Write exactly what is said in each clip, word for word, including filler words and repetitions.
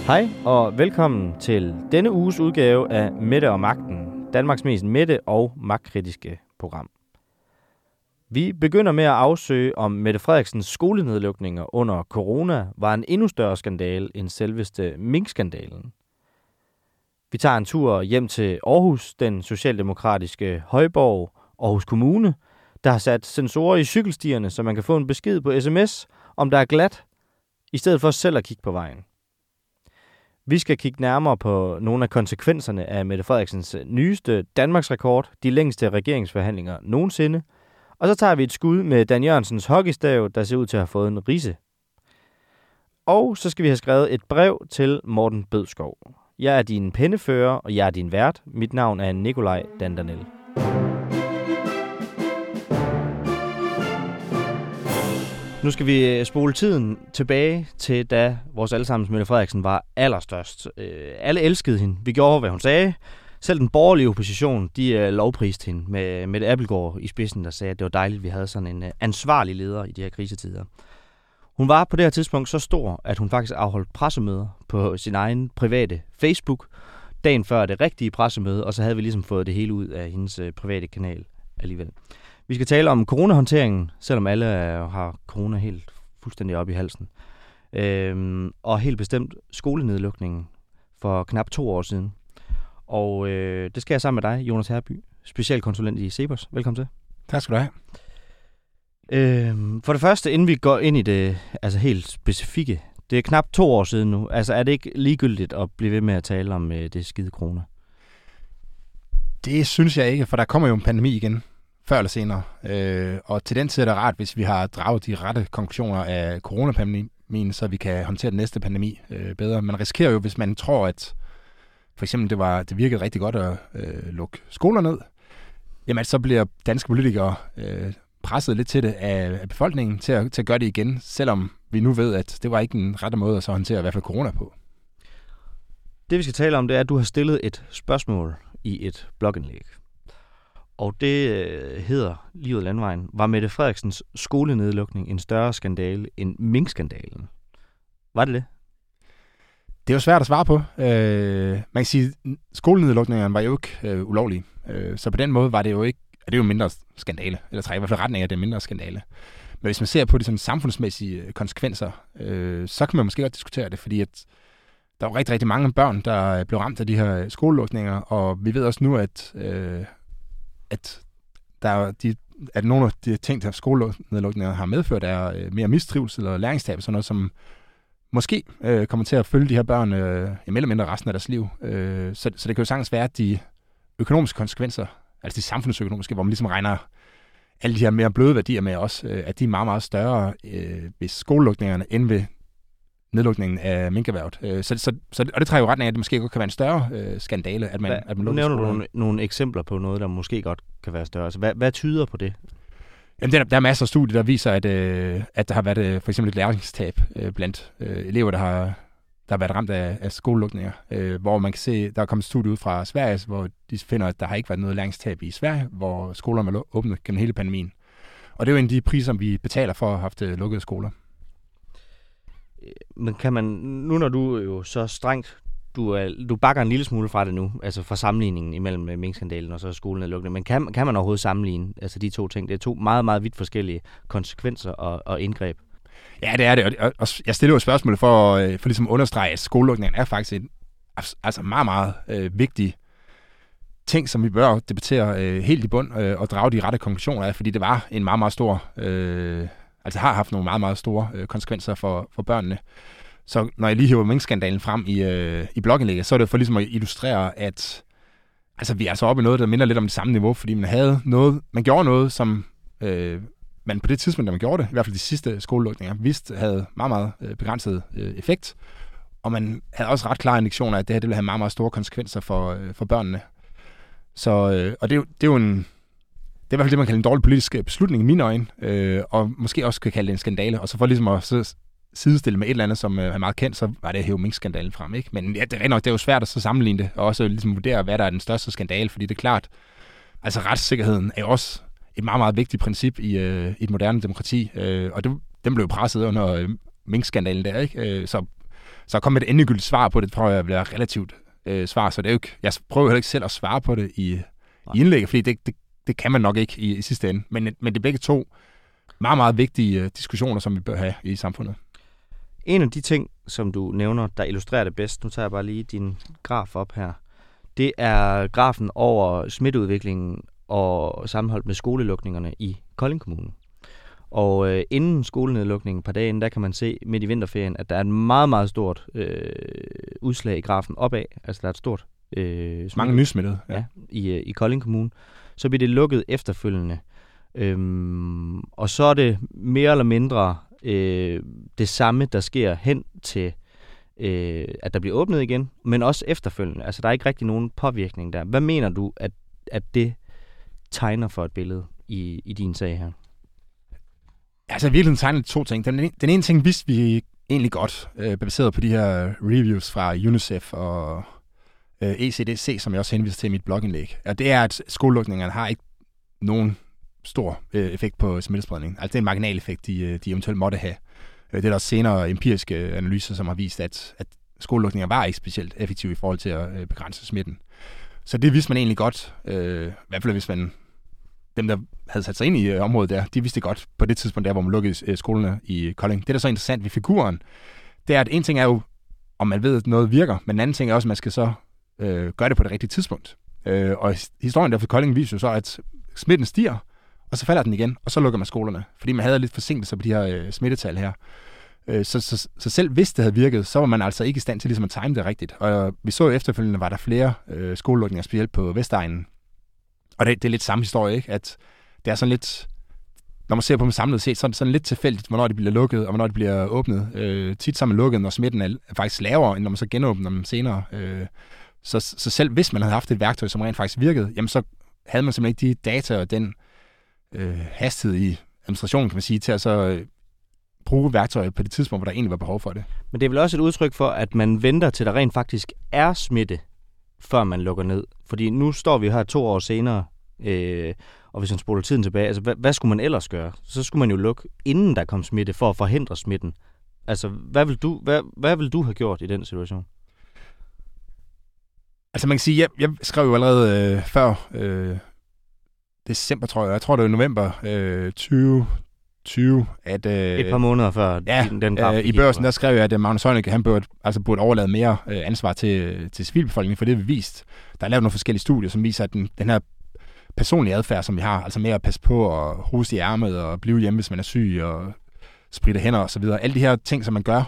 Hej og velkommen til denne uges udgave af Mette og Magten, Danmarks mest mætte- og magtkritiske program. Vi begynder med at afsøge, om Mette Frederiksens skolenedlukninger under corona var en endnu større skandale end selveste minkskandalen. Vi tager en tur hjem til Aarhus, den socialdemokratiske højborg, Aarhus Kommune, der har sat sensorer i cykelstierne, så man kan få en besked på sms, om der er glat, i stedet for selv at kigge på vejen. Vi skal kigge nærmere på nogle af konsekvenserne af Mette Frederiksens nyeste Danmarksrekord, de længste regeringsforhandlinger nogensinde. Og så tager vi et skud med Dan Jørgensens hockeystav, der ser ud til at have fået en ridse. Og så skal vi have skrevet et brev til Morten Bødskov. Jeg er din pennefører, og jeg er din vært. Mit navn er Nikolaj Dandanel. Nu skal vi spole tiden tilbage til, da vores allesammens Mette Frederiksen var allerstørst. Alle elskede hende. Vi gjorde, hvad hun sagde. Selv den borgerlige opposition, de lovpriste hende med Mette Abildgaard i spidsen, der sagde, at det var dejligt, at vi havde sådan en ansvarlig leder i de her krisetider. Hun var på det her tidspunkt så stor, at hun faktisk afholdt pressemøder på sin egen private Facebook, dagen før det rigtige pressemøde, og så havde vi ligesom fået det hele ud af hendes private kanal alligevel. Vi skal tale om coronahåndteringen, selvom alle har corona helt fuldstændig op i halsen. Øhm, og helt bestemt skolenedlukningen for knap to år siden. Og øh, det skal jeg sammen med dig, Jonas Herby, specialkonsulent i CEPOS. Velkommen til. Tak skal du have. Øhm, for det første, inden vi går ind i det altså helt specifikke, det er knap to år siden nu. Altså er det ikke ligegyldigt at blive ved med at tale om øh, det skide corona? Det synes jeg ikke, for der kommer jo en pandemi igen, før eller senere. Øh, og til den tid er det rart, hvis vi har draget de rette konklusioner af coronapandemien, så vi kan håndtere den næste pandemi øh, bedre. Man risikerer jo, hvis man tror, at for eksempel det, var, det virkede rigtig godt at øh, lukke skoler ned, jamen så bliver danske politikere øh, presset lidt til det af, af befolkningen til at, til at gøre det igen, selvom vi nu ved, at det var ikke den rette måde at så håndtere i hvert fald corona på. Det vi skal tale om, det er, at du har stillet et spørgsmål i et blogindlæg. Og det øh, hedder Livet Landvejen. Var Mette Frederiksens skolenedlukning en større skandale end minkskandalen? Var det det? Det er jo svært at svare på. Øh, man kan sige, at skolenedlukningerne var jo ikke øh, ulovlige. Øh, så på den måde var det jo ikke, er det jo en mindre skandale. Eller trækker i hvert fald retning af, at det er en mindre skandale. Men hvis man ser på de sådan samfundsmæssige konsekvenser, øh, så kan man måske godt diskutere det, fordi at der var rigtig, rigtig mange børn, der blev ramt af de her skolelukninger, og vi ved også nu, at, øh, at, der er de, at nogle af de ting, der skolenedlukninger har medført, er mere mistrivsel og læringstab, sådan noget, som måske øh, kommer til at følge de her børn øh, i mere eller mindre resten af deres liv. Øh, så, så det kan jo sagtens være, at de økonomiske konsekvenser, altså de samfundsøkonomiske, hvor man ligesom regner alle de her mere bløde værdier med os, øh, at de er meget, meget større øh, ved skolelukningerne, end ved nedlukningen af minkerhvervet. Øh, så, så, så, og det trækker jo retning af, at det måske godt kan være en større øh, skandale, at man, hvad, at man nu nævner du nogle, nogle eksempler på noget, der måske godt kan være større. Altså, hvad, hvad tyder på det? Jamen, der, der er masser af studier, der viser, at, øh, at der har været øh, for eksempel et læringstab øh, blandt øh, elever, der har, der har været ramt af, af skolelukninger, øh, hvor man kan se, der er kommet et studie ud fra Sverige, hvor de finder, at der har ikke været noget læringstab i Sverige, hvor skolerne er åbnet gennem hele pandemien. Og det er jo en af de priser, vi betaler for at have haft øh, lukkede skoler. Men kan man, nu når du jo så strengt, du, er, du bakker en lille smule fra det nu, altså fra sammenligningen imellem minkskandalen og så skolenedlukningen, men kan, kan man overhovedet sammenligne altså de to ting? Det er to meget, meget vidt forskellige konsekvenser og, og indgreb. Ja, det er det, og, og jeg stiller jo et spørgsmål for, for ligesom at understrege, at skolelukningen er faktisk en altså meget, meget øh, vigtig ting, som vi bør debattere øh, helt i bund øh, og drage de rette konklusioner af, fordi det var en meget, meget stor, øh, altså har haft nogle meget, meget store øh, konsekvenser for, for børnene. Så når jeg lige hiver minkskandalen frem i, øh, i blogindlægget, så er det for ligesom at illustrere, at altså, vi er altså oppe i noget, der minder lidt om det samme niveau, fordi man havde noget, man gjorde noget, som øh, man på det tidspunkt, da man gjorde det, i hvert fald de sidste skolelukninger, vidste havde meget, meget øh, begrænset øh, effekt. Og man havde også ret klare indikationer, at det her det ville have meget, meget store konsekvenser for, øh, for børnene. Så, øh, og det er, jo, det er jo en, det er i hvert fald det, man kalder en dårlig politisk beslutning i mine øjne, øh, og måske også kan kalde det en skandale. Og så for ligesom at så sidestille med et eller andet, som er meget kendt, så var det at hæve minkskandalen frem, ikke? Men ja, det er nok, det er jo svært at så sammenligne det, og også ligesom vurdere, hvad der er den største skandale, fordi det er klart, altså retssikkerheden er jo også et meget, meget vigtigt princip i, øh, i et moderne demokrati, øh, og det, den blev presset under øh, minkskandalen der, ikke? Øh, så Så at komme med et endegyldigt svar på det, tror jeg bliver relativt øh, svar. Så det er jo ikke, jeg prøver heller ikke selv at svare på det i, i indlægget, fordi det, det, det kan man nok ikke i, i sidste ende. Men, men det er begge to meget, meget vigtige øh, diskussioner, som vi bør have i samfundet. En af de ting, som du nævner, der illustrerer det bedst, nu tager jeg bare lige din graf op her, det er grafen over smitteudviklingen og sammenholdt med skolelukningerne i Kolding Kommune. Og øh, inden skolenedlukningen et par dage inden, der kan man se midt i vinterferien, at der er et meget, meget stort øh, udslag i grafen opad. Altså der er et stort øh, mange nysmittede ja. Ja, i, i Kolding Kommune. Så bliver det lukket efterfølgende. Øhm, og så er det mere eller mindre øh, det samme, der sker hen til, øh, at der bliver åbnet igen, men også efterfølgende. Altså der er ikke rigtig nogen påvirkning der. Hvad mener du, at, at det tegner for et billede i, i din sag her? Altså, i virkeligheden tegner det to ting. Den, den ene ting vidste vi egentlig godt, øh, baseret på de her reviews fra UNICEF og øh, E C D C, som jeg også henviser til i mit blogindlæg. Og det er, at skolelukningerne har ikke nogen stor øh, effekt på smittespredning. Altså, det er en marginal effekt, de, de eventuelt måtte have. Det er der også senere empiriske analyser, som har vist, at, at skolelukninger var ikke specielt effektive i forhold til at øh, begrænse smitten. Så det vidste man egentlig godt, øh, i hvert fald hvis man dem, der havde sat sig ind i øh, området der, de vidste godt på det tidspunkt der, hvor man lukkede øh, skolerne i Kolding. Det, der er så interessant ved figuren, det er, at en ting er jo, om man ved, at noget virker, men en anden ting er også, at man skal så øh, gøre det på det rigtige tidspunkt. Øh, og historien der for Kolding viser jo så, at smitten stiger, og så falder den igen, og så lukker man skolerne. Fordi man havde lidt forsinkelse på de her øh, smittetal her. Øh, så, så, så selv hvis det havde virket, så var man altså ikke i stand til ligesom at time det rigtigt. Og øh, vi så efterfølgende, var der flere øh, skolelukninger, specielt på Vestegnen. Og det, det er lidt samme historie, ikke? At det er sådan lidt, når man ser på dem samlet set, så er det sådan lidt tilfældigt, hvornår de bliver lukket, og hvornår de bliver åbnet. Øh, tit så er man lukket, når smitten er faktisk lavere, end når man så genåbner dem senere. Øh, så, så selv hvis man havde haft et værktøj, som rent faktisk virkede, jamen så havde man simpelthen ikke de data og den øh, hastighed i administrationen, kan man sige, til at så øh, bruge værktøjet på det tidspunkt, hvor der egentlig var behov for det. Men det er vel også et udtryk for, at man venter til, der rent faktisk er smitte, før man lukker ned. Fordi nu står vi her to år senere, øh, og hvis man spoler tiden tilbage, altså hvad, hvad skulle man ellers gøre? Så skulle man jo lukke, inden der kom smitte, for at forhindre smitten. Altså, hvad vil du, hvad, hvad vil du have gjort i den situation? Altså man kan sige, jeg, jeg skrev jo allerede øh, før øh, december, tror jeg. Jeg tror, det var november øh, tyve tyve, at... Øh, Et par måneder før ja, den, den graf, øh, i Børsen, der skrev jeg, at Magnus Heunicke, han burde, altså burde overlade mere øh, ansvar til, til civilbefolkningen, for det er bevist. Der er lavet nogle forskellige studier, som viser, at den, den her personlige adfærd, som vi har, altså med at passe på og hoste i ærmet og blive hjemme, hvis man er syg og spritte hænder og så videre. Alle de her ting, som man gør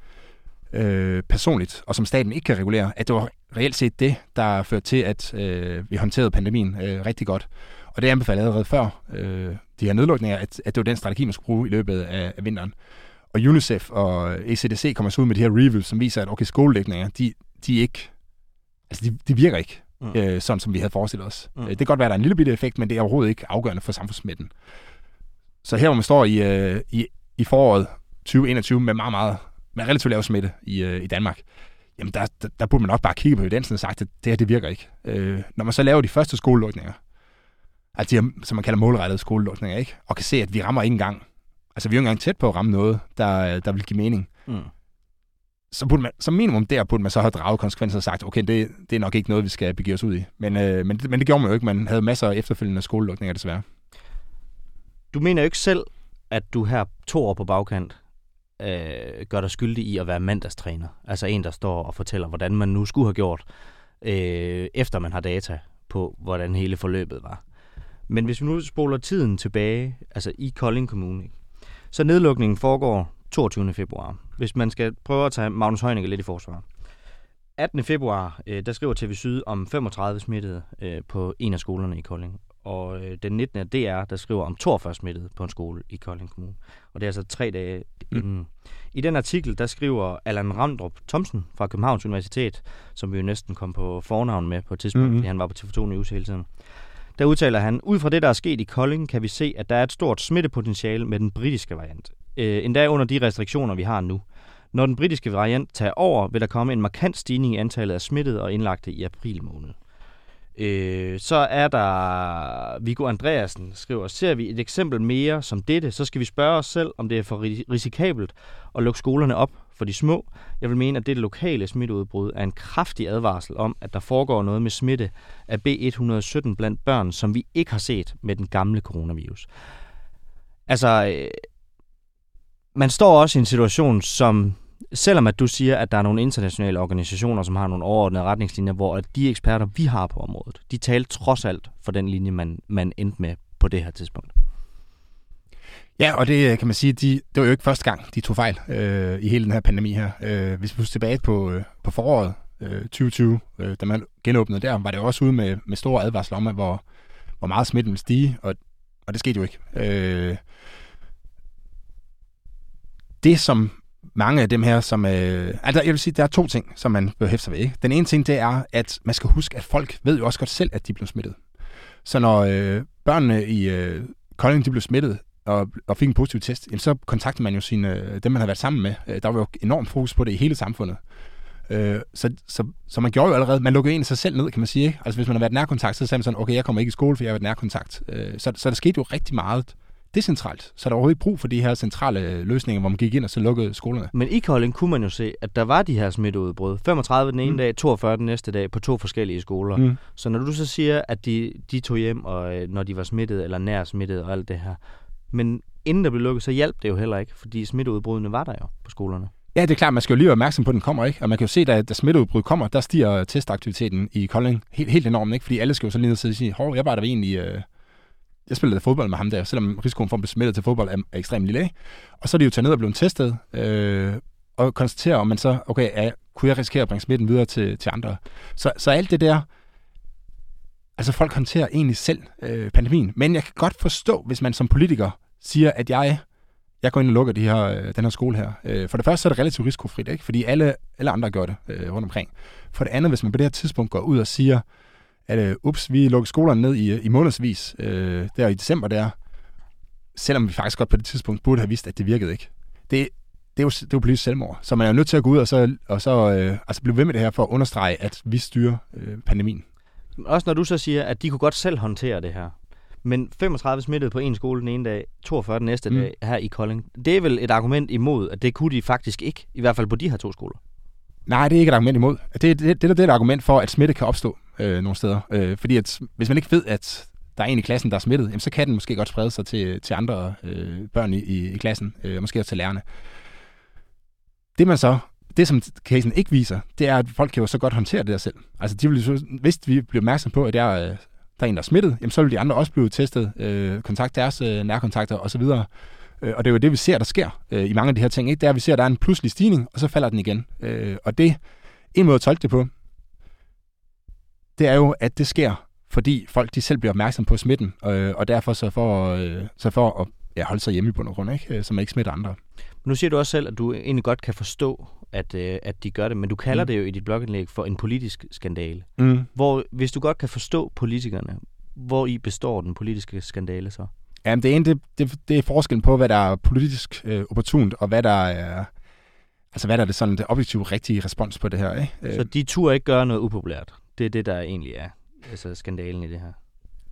øh, personligt, og som staten ikke kan regulere, at det var reelt set det, der førte til, at øh, vi håndterede pandemien øh, rigtig godt. Og det anbefalede allerede før øh, de her nedlukninger, at, at det var den strategi, man skulle bruge i løbet af, af vinteren. Og UNICEF og E C D C kommer så ud med de her reviews, som viser, at okay, skoledækninger, de, de ikke, altså de, de virker ikke, mm. øh, sådan som vi havde forestillet os. Mm. Det kan godt være, at der er en lille bitte effekt, men det er overhovedet ikke afgørende for samfundssmitten. Så her, hvor man står i, øh, i, i foråret tyve enogtyve med meget, meget, med relativt lav smitte i, øh, i Danmark, jamen der, der, der burde man nok bare kigge på evidensen og sagt, at det her, det virker ikke. Øh, når man så laver de første skolelukninger, altså de her, som man kalder målrettede skolelukninger, ikke? Og kan se, at vi rammer ikke engang, altså vi er jo ikke engang tæt på at ramme noget, der, der vil give mening. Mm. Så burde man, som minimum der, burde man så have draget konsekvenser og sagt, okay, det, det er nok ikke noget, vi skal begive os ud i. Men, øh, men, det, men det gjorde man jo ikke. Man havde masser af efterfølgende skolelukninger, desværre. Du mener jo ikke selv, at du her to år på bagkant øh, gør dig skyldig i at være mandagstræner. Altså en, der står og fortæller, hvordan man nu skulle have gjort, øh, efter man har data på, hvordan hele forløbet var. Men hvis vi nu spoler tiden tilbage, altså i Kolding Kommune, så nedlukningen foregår toogtyvende februar. Hvis man skal prøve at tage Magnus Heunicke lidt i forsvar. attende februar, øh, der skriver T V Syd om femogtredive smittede øh, på en af skolerne i Kolding. Og øh, den nittende D R, der skriver om toogfyrre smittede på en skole i Kolding Kommune. Og det er altså tre dage mm. inden. I den artikel, der skriver Allan Randrup Thomsen fra Københavns Universitet, som vi jo næsten kom på fornavn med på et tidspunkt, mm-hmm. fordi han var på T V to News hele tiden. Der udtaler han, ud fra det, der er sket i Kolding, kan vi se, at der er et stort smittepotentiale med den britiske variant. Øh, endda under de restriktioner, vi har nu. Når den britiske variant tager over, vil der komme en markant stigning i antallet af smittede og indlagte i april måned. Øh, så er der Viggo Andreasen, skriver, ser vi et eksempel mere som dette, så skal vi spørge os selv, om det er for risikabelt at lukke skolerne op for de små. Jeg vil mene, at det lokale smitteudbrud er en kraftig advarsel om, at der foregår noget med smitte af B et hundrede og sytten blandt børn, som vi ikke har set med den gamle coronavirus. Altså, øh, man står også i en situation, som, selvom at du siger, at der er nogle internationale organisationer, som har nogle overordnede retningslinjer, hvor de eksperter, vi har på området, de taler trods alt for den linje, man, man endte med på det her tidspunkt. Ja, og det kan man sige, de, det var jo ikke første gang, de tog fejl øh, i hele den her pandemi her. Øh, hvis vi husker tilbage på, øh, på foråret øh, tyve tyve, øh, da man genåbnede der, var det jo også ude med, med store advarsler om, hvor, hvor meget smitten ville stige, og, og det skete jo ikke. Øh, det som mange af dem her, som... Øh, altså, jeg vil sige, der er to ting, som man bør hæfte sig ved. Ikke? Den ene ting, det er, at man skal huske, at folk ved jo også godt selv, at de blev smittet. Så når øh, børnene i øh, Kolding, de blev smittet, og, og fik en positiv test, jamen, så kontakter man jo sine, dem, man har været sammen med. Der var jo enormt fokus på det i hele samfundet. Øh, så, så, så man gjorde jo allerede, man lukkede en sig selv ned, kan man sige. Ikke? Altså hvis man har været nærkontakt, så sagde man sådan, okay, jeg kommer ikke i skole, for jeg har været nærkontakt. Øh, så, så der skete jo rigtig meget decentralt. Så der var overhovedet ikke brug for de her centrale løsninger, hvor man gik ind og så lukkede skolerne. Men i Kolding kunne man jo se, at der var de her smitteudbrud. femogtredive den ene mm. dag, toogfyrre den næste dag på to forskellige skoler. Mm. Så når du så siger, at de, de tog hjem, og når de var smittet eller nær smittet og alt det her, men inden der blev lukket, så hjalp det jo heller ikke, fordi smitteudbrudene var der jo på skolerne. Ja, det er klart, man skal jo lige være opmærksom på, at den kommer, ikke? Og man kan jo se, at da smitteudbrud kommer, der stiger testaktiviteten i Kolding helt, helt enormt, ikke? Fordi alle skal jo så lige ned og sige, hov, jeg var der egentlig... Øh... Jeg spillede fodbold med ham der, selvom risikoen for at blive smittet til fodbold er, er ekstremt lille, ikke? Og så er de jo taget ned og blevet testet, øh, og konstaterer, om man så, okay, er, kunne jeg risikere at bringe smitten videre til, til andre? Så, så alt det der... Altså, folk håndterer egentlig selv øh, pandemien. Men jeg kan godt forstå, hvis man som politiker siger, at jeg, jeg går ind og lukker de her, øh, den her skole her. Øh, for det første så er det relativt risikofrit, ikke? Fordi alle, alle andre gør det øh, rundt omkring. For det andet, hvis man på det her tidspunkt går ud og siger, at øh, ups, vi lukker skolerne ned i, i månedsvis, øh, der i december der, selvom vi faktisk godt på det tidspunkt burde have vidst, at det virkede ikke. Det, det er jo, det er jo politisk selvmord. Så man er jo nødt til at gå ud og så, og så øh, altså blive ved med det her for at understrege, at vi styrer øh, pandemien. Også når du så siger, at de kunne godt selv håndtere det her. Men femogtredive smittede på en skole den ene dag, toogfyrre den næste mm. dag her i Kolding. Det er vel et argument imod, at det kunne de faktisk ikke, i hvert fald på de her to skoler. Nej, det er ikke et argument imod. Det, det, det, det er et argument for, at smitte kan opstå øh, nogle steder. Øh, fordi at, hvis man ikke ved, at der er en i klassen, der er smittet, jamen, så kan den måske godt sprede sig til, til andre øh, børn i, i, i klassen, øh, og måske også til lærerne. Det man så... Det, som casen ikke viser, det er, at folk kan jo så godt håndtere det der selv. Altså, de vil så, hvis vi bliver opmærksom på, at der er, der er en, der er smittet, jamen, så vil de andre også blive testet, øh, kontakt deres øh, nærkontakter osv. Øh, og det er jo det, vi ser, der sker øh, i mange af de her ting. Ikke? Det er, at vi ser, at der er en pludselig stigning, og så falder den igen. Øh, og det, en måde at tolke det på, det er jo, at det sker, fordi folk de selv bliver opmærksom på smitten, øh, og derfor så for, øh, så for at ja, holde sig hjemme i bund og grund, ikke? Så man ikke smitter andre. Nu siger du også selv, at du egentlig godt kan forstå, at, øh, at de gør det, men du kalder mm. det jo i dit blogindlæg for en politisk skandale. Mm. Hvor, hvis du godt kan forstå politikerne, hvor i består den politiske skandale så? Jamen det ene, det, det, det er forskellen på, hvad der er politisk øh, opportunt, og hvad der er, altså hvad der er det sådan det objektive rigtige respons på det her, ikke? Så de turde ikke gøre noget upopulært? Det er det, der egentlig er altså skandalen i det her?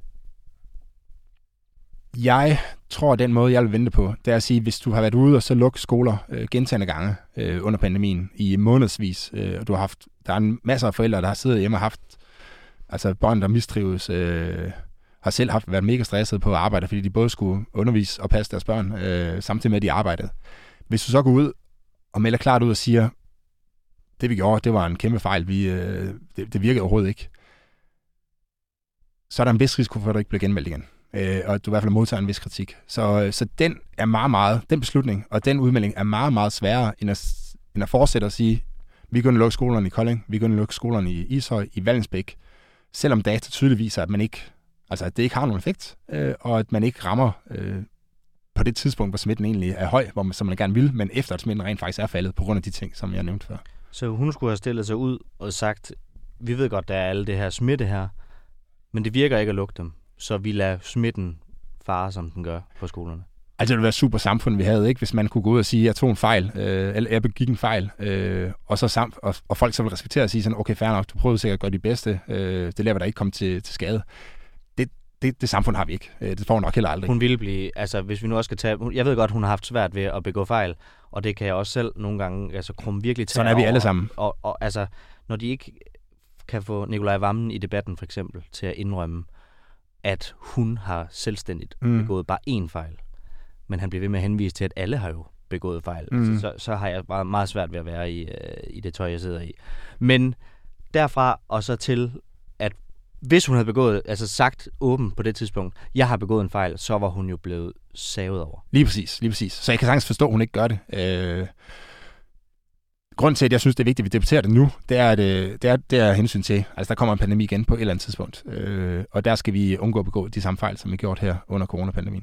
Jeg tror, at den måde, jeg vil vente på, det er at sige, hvis du har været ude og så lukke skoler øh, gentagne gange øh, under pandemien i månedsvis, øh, og du har haft, der er en masse af forældre, der har siddet hjemme og haft, altså børn, der mistrives, øh, har selv haft været mega stresset på at arbejde, fordi de både skulle undervise og passe deres børn, øh, samtidig med, at de arbejdede. Hvis du så går ud og melder klart ud og siger, det vi gjorde, det var en kæmpe fejl, vi, øh, det, det virkede overhovedet ikke, så er der en vis risiko for, at du ikke bliver genmeldt igen. Øh, og du i hvert fald modtager en vis kritik. Så, så den er meget, meget, den beslutning og den udmelding er meget, meget sværere, end at, end at fortsætte at sige, vi er going at lukke skolerne i Kolding, vi er going at lukke skolerne i Ishøj, i Vallensbæk, selvom data tydeligt viser, at man ikke, altså at det ikke har nogen effekt, øh, og at man ikke rammer øh, på det tidspunkt, hvor smitten egentlig er høj, hvor man, som man gerne vil, men efter at smitten rent faktisk er faldet, på grund af de ting, som jeg nævnte før. Så hun skulle have stillet sig ud og sagt, vi ved godt, der er alle det her smitte her, men det virker ikke at lukke dem. Så vi lader smitten fare, som den gør på skolerne. Altså det ville være super samfund, vi havde, ikke? Hvis man kunne gå ud og sige, at jeg tog en fejl, øh, eller jeg begik en fejl, øh, og, så sam- og, og folk så ville respektere og sige sådan, okay, fair nok, du prøvede sikkert at gøre det bedste, øh, det lader dig ikke komme til, til skade. Det, det, det samfund har vi ikke. Det får hun nok heller aldrig. Hun ville blive, altså hvis vi nu også skal tage, jeg ved godt, hun har haft svært ved at begå fejl, og det kan jeg også selv nogle gange, altså krumme virkelig tage. Sådan er vi alle sammen. Og, og, og altså, når de ikke kan få Nikolaj Wammen i debatten for eksempel til at indrømme, at hun har selvstændigt mm. begået bare én fejl, men han bliver ved med at henvise til, at alle har jo begået fejl, mm. altså, så, så har jeg bare meget svært ved at være i, øh, i det tøj, jeg sidder i. Men derfra og så til, at hvis hun havde begået, altså sagt åben på det tidspunkt, jeg har begået en fejl, så var hun jo blevet savet over. Lige præcis, lige præcis. Så jeg kan sagtens forstå, at hun ikke gør det. Øh... Grunden til, at jeg synes, det er vigtigt, at vi debatterer det nu, det er, at, det er, det er hensyn til, altså der kommer en pandemi igen på et eller andet tidspunkt, øh, og der skal vi undgå at begå de samme fejl, som vi gjort her under coronapandemien.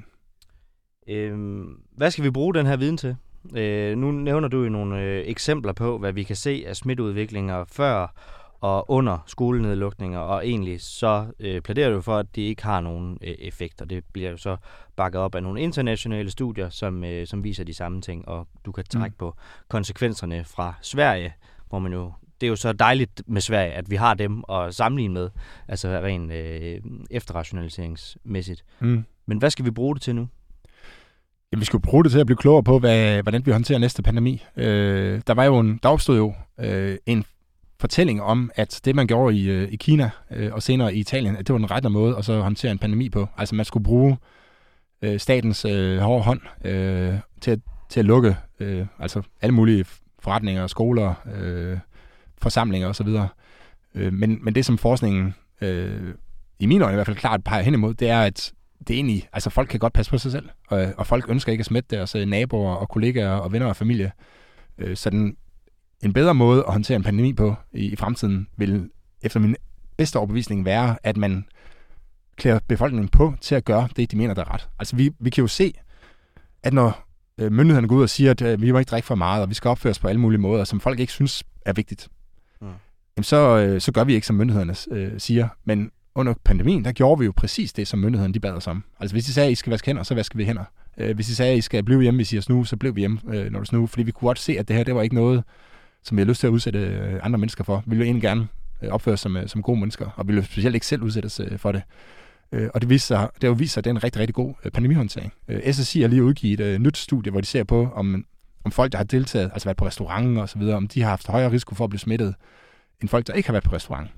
Øhm, hvad skal vi bruge den her viden til? Øh, nu nævner du jo nogle øh, eksempler på, hvad vi kan se af smitteudviklinger før og under skolenedlukninger, og egentlig så øh, plæderer du for, at det ikke har nogen øh, effekt, og det bliver jo så bakket op af nogle internationale studier, som, øh, som viser de samme ting, og du kan trække mm. på konsekvenserne fra Sverige, hvor man jo, det er jo så dejligt med Sverige, at vi har dem at sammenligne med, altså rent øh, efterrationaliseringsmæssigt. Mm. Men hvad skal vi bruge det til nu? Ja, vi skal bruge det til at blive klogere på, hvad, hvordan vi håndterer næste pandemi. Øh, der var jo en, der opstod jo øh, en fortælling om, at det, man gjorde i, øh, i Kina øh, og senere i Italien, at det var den rette måde at så håndtere en pandemi på. Altså, man skulle bruge øh, statens øh, hårde hånd øh, til, at, til at lukke øh, altså alle mulige forretninger, skoler, øh, forsamlinger osv. Øh, men, men det, som forskningen øh, i mine øjne i hvert fald klart peger hen imod, det er, at det er egentlig, altså folk kan godt passe på sig selv, og, og folk ønsker ikke at smitte deres naboer og kollegaer og venner og familie. Øh, så den En bedre måde at håndtere en pandemi på i, i fremtiden vil efter min bedste overbevisning være, at man klæder befolkningen på til at gøre det, de mener, der er ret. Altså vi, vi kan jo se, at når øh, myndighederne går ud og siger, at øh, vi må ikke drikke for meget, og vi skal opføre os på alle mulige måder, som folk ikke synes er vigtigt, mm. jamen så, øh, så gør vi ikke, som myndighederne øh, siger. Men under pandemien, der gjorde vi jo præcis det, som myndighederne de bad os om. Altså hvis de sagde, at I skal vaske hænder, så vasker vi hænder. Øh, hvis de sagde, at I skal blive hjemme, hvis I har snue, så blev vi hjemme, øh, når du snue. Fordi vi kunne godt se, at det her, det var ikke noget, som vi har lyst til at udsætte andre mennesker for. Vi vil jo egentlig gerne opføre os som, som gode mennesker, og vi vil specielt ikke selv udsættes for det. Og det, viser sig, det har jo vist sig, at det er en rigtig, rigtig god pandemihåndtering. S S I har lige udgivet et nyt studie, hvor de ser på, om, om folk, der har deltaget, altså været på restauranter og så videre, om de har haft højere risiko for at blive smittet, end folk, der ikke har været på restaurant.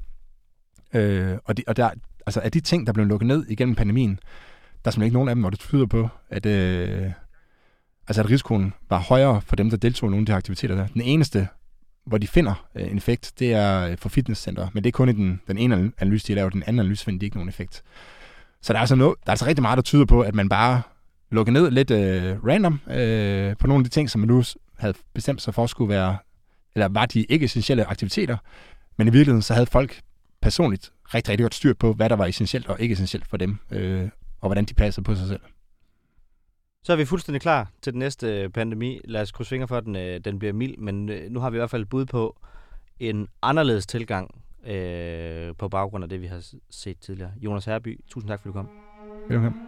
Og, de, og der, altså af de ting, der blev lukket ned igennem pandemien, der er simpelthen ikke nogen af dem, hvor det tyder på, at, øh, altså at risikoen var højere for dem, der deltog i nogle af de aktiviteter der. Den eneste hvor de finder øh, en effekt, det er for fitnesscenter, men det er kun i den, den ene analyse, de laver. Den anden analyse finder de ikke nogen effekt. Så der er altså, no, der er altså rigtig meget, der tyder på, at man bare lukker ned lidt øh, random øh, på nogle af de ting, som man nu havde bestemt sig for at skulle være, eller var de ikke essentielle aktiviteter, men i virkeligheden så havde folk personligt rigtig, rigtig godt styr på, hvad der var essentielt og ikke essentielt for dem, øh, og hvordan de passede på sig selv. Så er vi fuldstændig klar til den næste pandemi. Lad os krydse fingre for, at den, den bliver mild, men nu har vi i hvert fald et bud på en anderledes tilgang øh, på baggrund af det, vi har set tidligere. Jonas Herby, tusind tak, fordi du kom. Velkommen.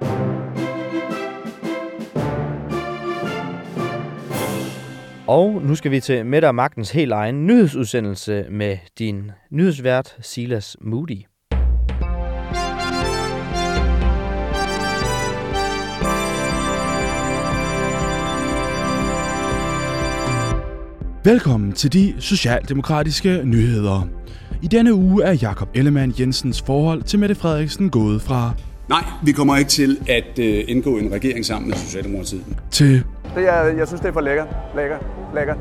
Og nu skal vi til Mette og Magtens helt egen nyhedsudsendelse med din nyhedsvært Silas Moody. Velkommen til de socialdemokratiske nyheder. I denne uge er Jakob Ellemann-Jensens forhold til Mette Frederiksen gået fra... Nej, vi kommer ikke til at øh, indgå en regering sammen med Socialdemokratiet. Til... Det er, jeg synes, det er for lækker. Lækker. Lækker.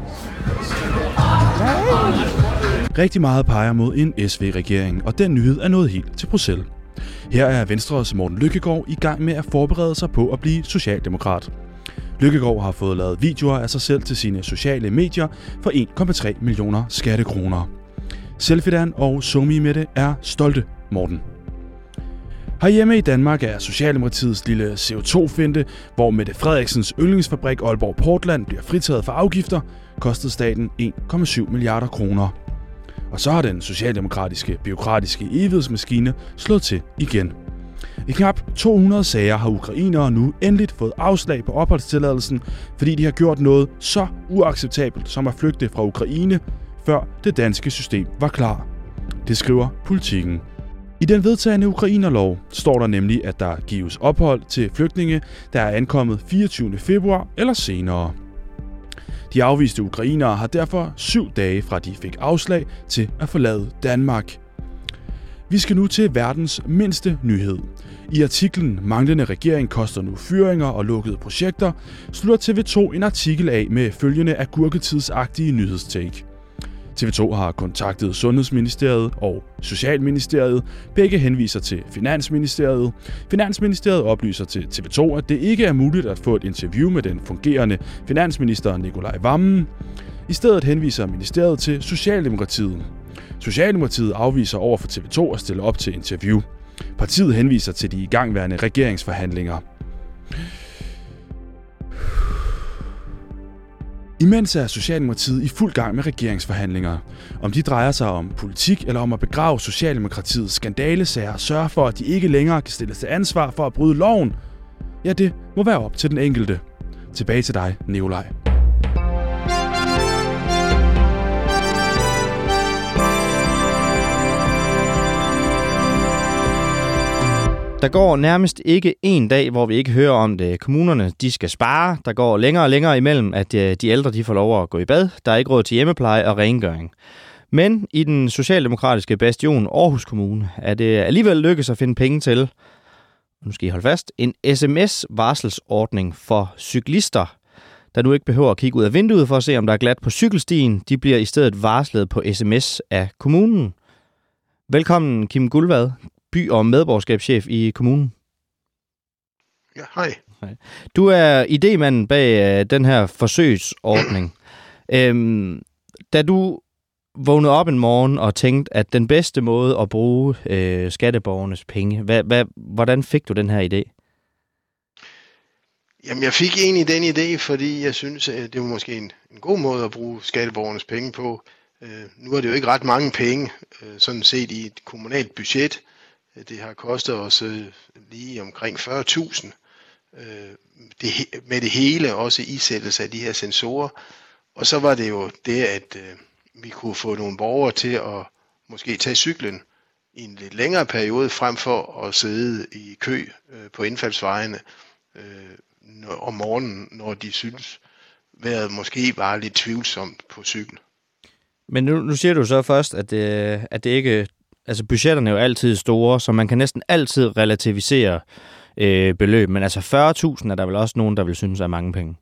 Rigtig meget peger mod en S V-regering, og den nyhed er nået helt til Bruxelles. Her er Venstres Morten Løkkegaard i gang med at forberede sig på at blive socialdemokrat. Løkkegaard har fået lavet videoer af sig selv til sine sociale medier for en komma tre millioner skattekroner. Selfiedan og Somi Mette er stolte Morten. Herhjemme i Danmark er Socialdemokratiets lille C O to finte, hvor Mette Frederiksens yndlingsfabrik Aalborg Portland bliver fritaget for afgifter, kostet staten en komma syv milliarder kroner. Og så har den socialdemokratiske bureaukratiske evighedsmaskine slået til igen. I knap to hundrede sager har ukrainere nu endeligt fået afslag på opholdstilladelsen, fordi de har gjort noget så uacceptabelt som at flygte fra Ukraine, før det danske system var klar. Det skriver Politiken. I den vedtagne ukrainerlov står der nemlig, at der gives ophold til flygtninge, der er ankommet fireogtyvende februar eller senere. De afviste ukrainere har derfor syv dage fra de fik afslag til at forlade Danmark. Vi skal nu til verdens mindste nyhed. I artiklen "Manglende regering koster nu fyringer og lukkede projekter" slutter T V to en artikel af med følgende agurketidsagtige nyhedstake. T V to har kontaktet Sundhedsministeriet og Socialministeriet. Begge henviser til Finansministeriet. Finansministeriet oplyser til T V to, at det ikke er muligt at få et interview med den fungerende finansminister Nicolai Wammen. I stedet henviser ministeriet til Socialdemokratiet. Socialdemokratiet afviser over for T V to at stille op til interview. Partiet henviser til de igangværende regeringsforhandlinger. Imens er Socialdemokratiet i fuld gang med regeringsforhandlinger. Om de drejer sig om politik eller om at begrave Socialdemokratiets skandalesager og sørge for, at de ikke længere kan stilles til ansvar for at bryde loven, ja, det må være op til den enkelte. Tilbage til dig, Nicolai. Der går nærmest ikke en dag, hvor vi ikke hører om det. Kommunerne, de skal spare. Der går længere og længere imellem, at de ældre de får lov at gå i bad. Der er ikke råd til hjemmepleje og rengøring. Men i den socialdemokratiske bastion Aarhus Kommune er det alligevel lykkedes at finde penge til, nu skal I holde fast, en sms-varselsordning for cyklister, der nu ikke behøver at kigge ud af vinduet for at se, om der er glat på cykelstien. De bliver i stedet varslet på sms af kommunen. Velkommen, Kim Guldvad, by- og medborgerskabschef i kommunen. Ja, hej. Du er idémanden bag uh, den her forsøgsordning. øhm, da du vågnede op en morgen og tænkte, at den bedste måde at bruge øh, skatteborgernes penge, hvad, hvad, hvordan fik du den her idé? Jamen, jeg fik egentlig den idé, fordi jeg synes, at det var måske en, en god måde at bruge skatteborgernes penge på. Øh, nu er det jo ikke ret mange penge, øh, sådan set i et kommunalt budget. Det har kostet os øh, lige omkring fyrre tusind øh, det, med det hele, også isættelse af de her sensorer. Og så var det jo det, at øh, vi kunne få nogle borgere til at måske tage cyklen i en lidt længere periode, frem for at sidde i kø øh, på indfaldsvejene øh, om morgenen, når de synes, vejret måske var lidt tvivlsomt på cykel. Men nu, nu siger du så først, at det, at det ikke... Altså budgetterne er jo altid store, så man kan næsten altid relativisere øh, beløb. Men altså fyrre tusind er der vel også nogen, der vil synes er mange penge.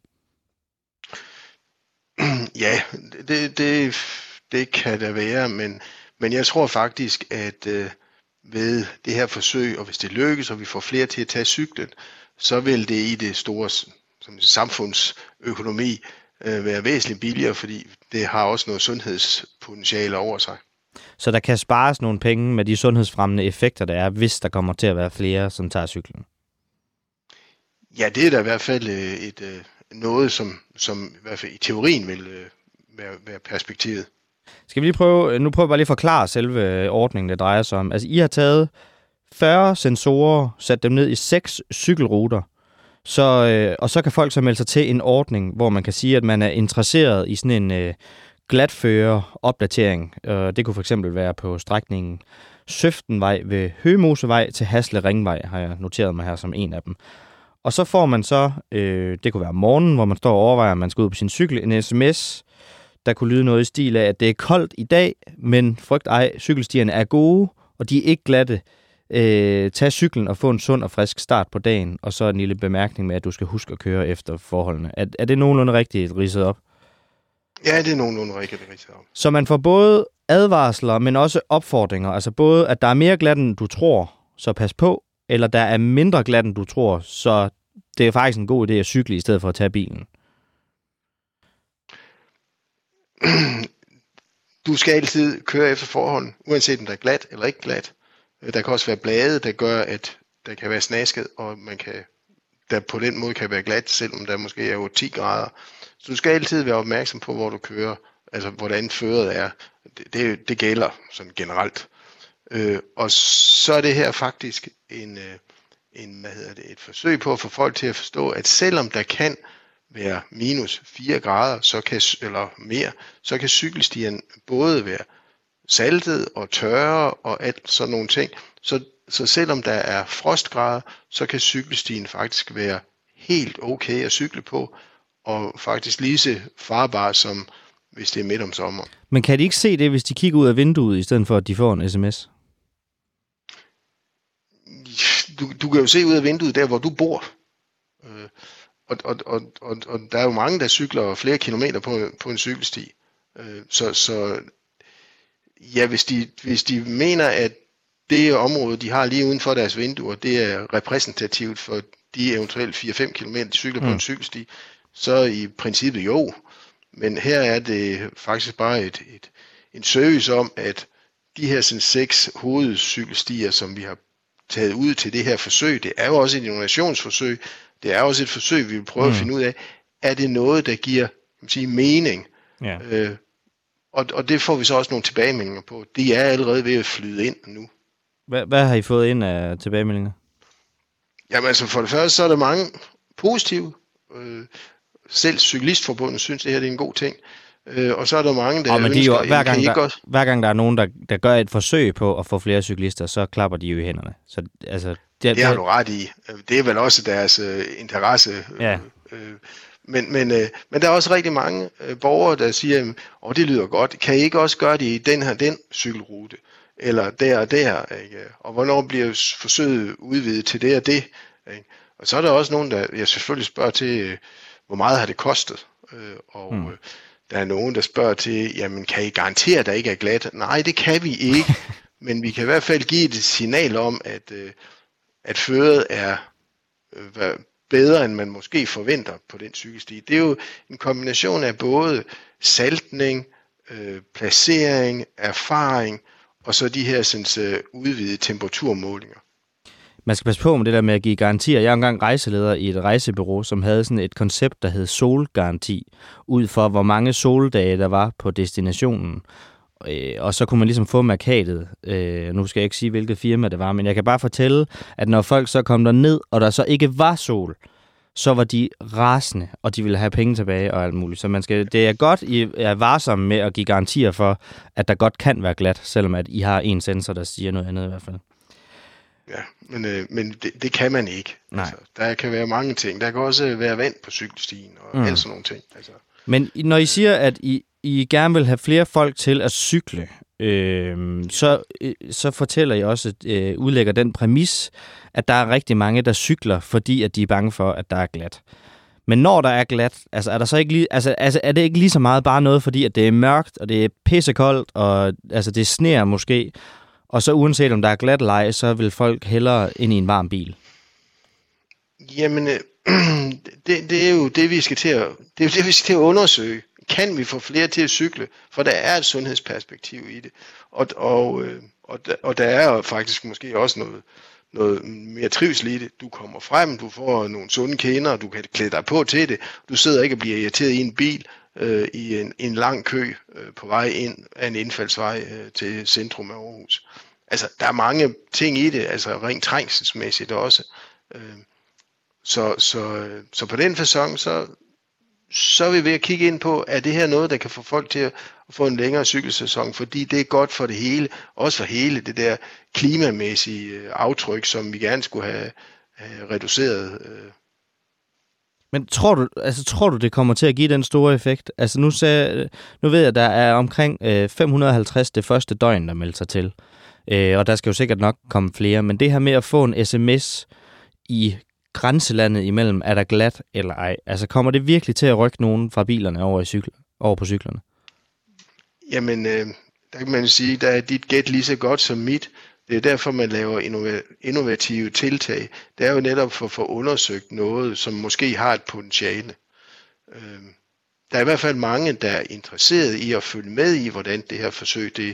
Ja, det, det, det kan der være, men, men jeg tror faktisk, at øh, ved det her forsøg, og hvis det lykkes, og vi får flere til at tage cyklen, så vil det i det store som samfundsøkonomi øh, være væsentligt billigere, fordi det har også noget sundhedspotentiale over sig. Så der kan spares nogle penge med de sundhedsfremmende effekter, der er, hvis der kommer til at være flere, som tager cyklen? Ja, det er da i hvert fald et, et, noget, som, som i hvert fald i teorien vil være, være perspektivet. Skal vi lige prøve, nu prøver jeg bare lige at forklare selve ordningen, det drejer sig om. Altså, I har taget fyrre sensorer, sat dem ned i seks cykelruter, så, og så kan folk så melde sig til en ordning, hvor man kan sige, at man er interesseret i sådan en... glatfører opdatering. Det kunne for eksempel være på strækningen Søftenvej ved Høgemosevej til Hasle Ringvej, har jeg noteret mig her som en af dem. Og så får man så, øh, det kunne være om morgenen, hvor man står og overvejer, at man skal ud på sin cykel, en sms, der kunne lyde noget i stil af, at det er koldt i dag, men frygt ej, cykelstierne er gode, og de er ikke glatte. Øh, tag cyklen og få en sund og frisk start på dagen, og så en lille bemærkning med, at du skal huske at køre efter forholdene. Er, er det nogenlunde rigtigt ridset op? Ja, det er nogenlunde rigtigt. Så man får både advarsler, men også opfordringer. Altså både, at der er mere glat, end du tror, så pas på, eller der er mindre glat, end du tror, så det er faktisk en god idé at cykle, i stedet for at tage bilen. Du skal altid køre efter forholdene, uanset om der er glat eller ikke glat. Der kan også være blade, der gør, at der kan være snasket, og man kan, der på den måde kan være glat, selvom der måske er otte til ti grader. Så du skal altid være opmærksom på, hvor du kører, altså hvordan føret er. Det, det, det gælder sådan generelt. Øh, og så er det her faktisk en, en, hvad hedder det, et forsøg på at få folk til at forstå, at selvom der kan være minus fire grader, så kan, eller mere, så kan cykelstien både være saltet og tørre og alt sådan nogle ting. Så, så selvom der er frostgrader, så kan cykelstien faktisk være helt okay at cykle på, og faktisk lige så farbar som hvis det er midt om sommer. Men kan de ikke se det, hvis de kigger ud af vinduet, i stedet for at de får en sms? Du, du kan jo se ud af vinduet der, hvor du bor. Øh, og, og, og, og, og der er jo mange, der cykler flere kilometer på, på en cykelsti. Øh, så, så ja, hvis de, hvis de mener, at det område, de har lige uden for deres vinduer, det er repræsentativt for de eventuelt fire til fem kilometer, de cykler mm. på en cykelsti, så i princippet jo. Men her er det faktisk bare et, et, en service om, at de her sådan, seks hovedcykelstier, som vi har taget ud til det her forsøg, det er jo også et innovationsforsøg, det er også et forsøg, vi vil prøve mm. at finde ud af, er det noget, der giver kan man sige, mening? Ja. Øh, og, og det får vi så også nogle tilbagemeldinger på. De er allerede ved at flyde ind nu. Hvad, hvad har I fået ind af tilbagemeldinger? Jamen altså for det første, så er der mange positive. Øh, selv Cyklistforbundet synes, det her det er en god ting. Øh, og så er der mange, der oh, men de ønsker... jo, hver, gang der, også... hver gang der er nogen, der, der gør et forsøg på at få flere cyklister, så klapper de jo i hænderne. Så, altså, det, det har du ret i. Det er vel også deres øh, interesse. Ja. Øh, men, men, øh, men der er også rigtig mange øh, borgere, der siger, åh, oh, det lyder godt. Kan I ikke også gøre det i den her, den cykelrute? Eller der og der? Ikke? Og hvornår bliver forsøget udvidet til det og det? Ikke? Og så er der også nogen, der jeg selvfølgelig spørger til, øh, hvor meget har det kostet? Øh, og mm. øh, der er nogen, der spørger til, jamen kan I garantere, at der ikke er glat? Nej, det kan vi ikke. Men vi kan i hvert fald give et signal om, at, øh, at føret er øh, bedre, end man måske forventer på den cykelsti. Det er jo en kombination af både saltning, øh, placering, erfaring, og så de her sådan, øh, udvidede temperaturmålinger. Man skal passe på med det der med at give garantier. Jeg er engang rejseleder i et rejsebureau, som havde sådan et koncept, der hed solgaranti, ud for hvor mange soldage der var på destinationen. Og så kunne man ligesom få markatet. Nu skal jeg ikke sige, hvilket firma det var, men jeg kan bare fortælle, at når folk så kom der ned, og der så ikke var sol, så var de rasende, og de ville have penge tilbage og alt muligt. Så man skal, det er godt, I er varsomme med at give garantier for, at der godt kan være glat, selvom at I har en sensor, der siger noget andet i hvert fald. Ja, men, øh, men det, det kan man ikke. Altså, der kan være mange ting. Der kan også være vand på cykelstien og mm. alt sådan nogle ting. Altså, men når I siger, at I, I gerne vil have flere folk til at cykle, øh, så, øh, så fortæller I også, øh, udlægger den præmis, at der er rigtig mange, der cykler, fordi at de er bange for, at der er glat. Men når der er glat, altså er, der så ikke lige, altså, altså, er det ikke lige så meget bare noget, fordi at det er mørkt, og det er pissekoldt, og altså, det sner måske, og så uanset om der er glat eller ej, så vil folk hellere ind i en varm bil? Jamen, øh, det, det er jo det, vi skal til at, det er det, vi skal til at undersøge. Kan vi få flere til at cykle? For der er et sundhedsperspektiv i det. Og, og, øh, og, der, og der er jo faktisk måske også noget, noget mere trivsel i det. Du kommer frem, du får nogle sunde kinder, du kan klæde dig på til det. Du sidder ikke og bliver irriteret i en bil øh, i en, en lang kø øh, på vej ind af en indfaldsvej øh, til centrum af Aarhus. Altså, der er mange ting i det, altså rent trængselsmæssigt også. Øh, så, så, så på den facon, så, så er vi ved at kigge ind på, er det her noget, der kan få folk til at få en længere cykelsæson, fordi det er godt for det hele, også for hele det der klimamæssige aftryk, som vi gerne skulle have, have reduceret. Men tror du, altså, tror du, det kommer til at give den store effekt? Altså nu, sagde, nu ved jeg, at der er omkring øh, fem hundrede og halvtreds det første døgn, der melder sig til. Øh, og der skal jo sikkert nok komme flere. Men det her med at få en sms i grænselandet imellem, er der glat eller ej? Altså kommer det virkelig til at rykke nogen fra bilerne over, i cykel, over på cyklerne? Jamen, øh, der kan man sige, der er dit gæt lige så godt som mit. Det er derfor, man laver innovative tiltag. Det er jo netop for at få undersøgt noget, som måske har et potentiale. Der er i hvert fald mange, der er interesseret i at følge med i, hvordan det her forsøg det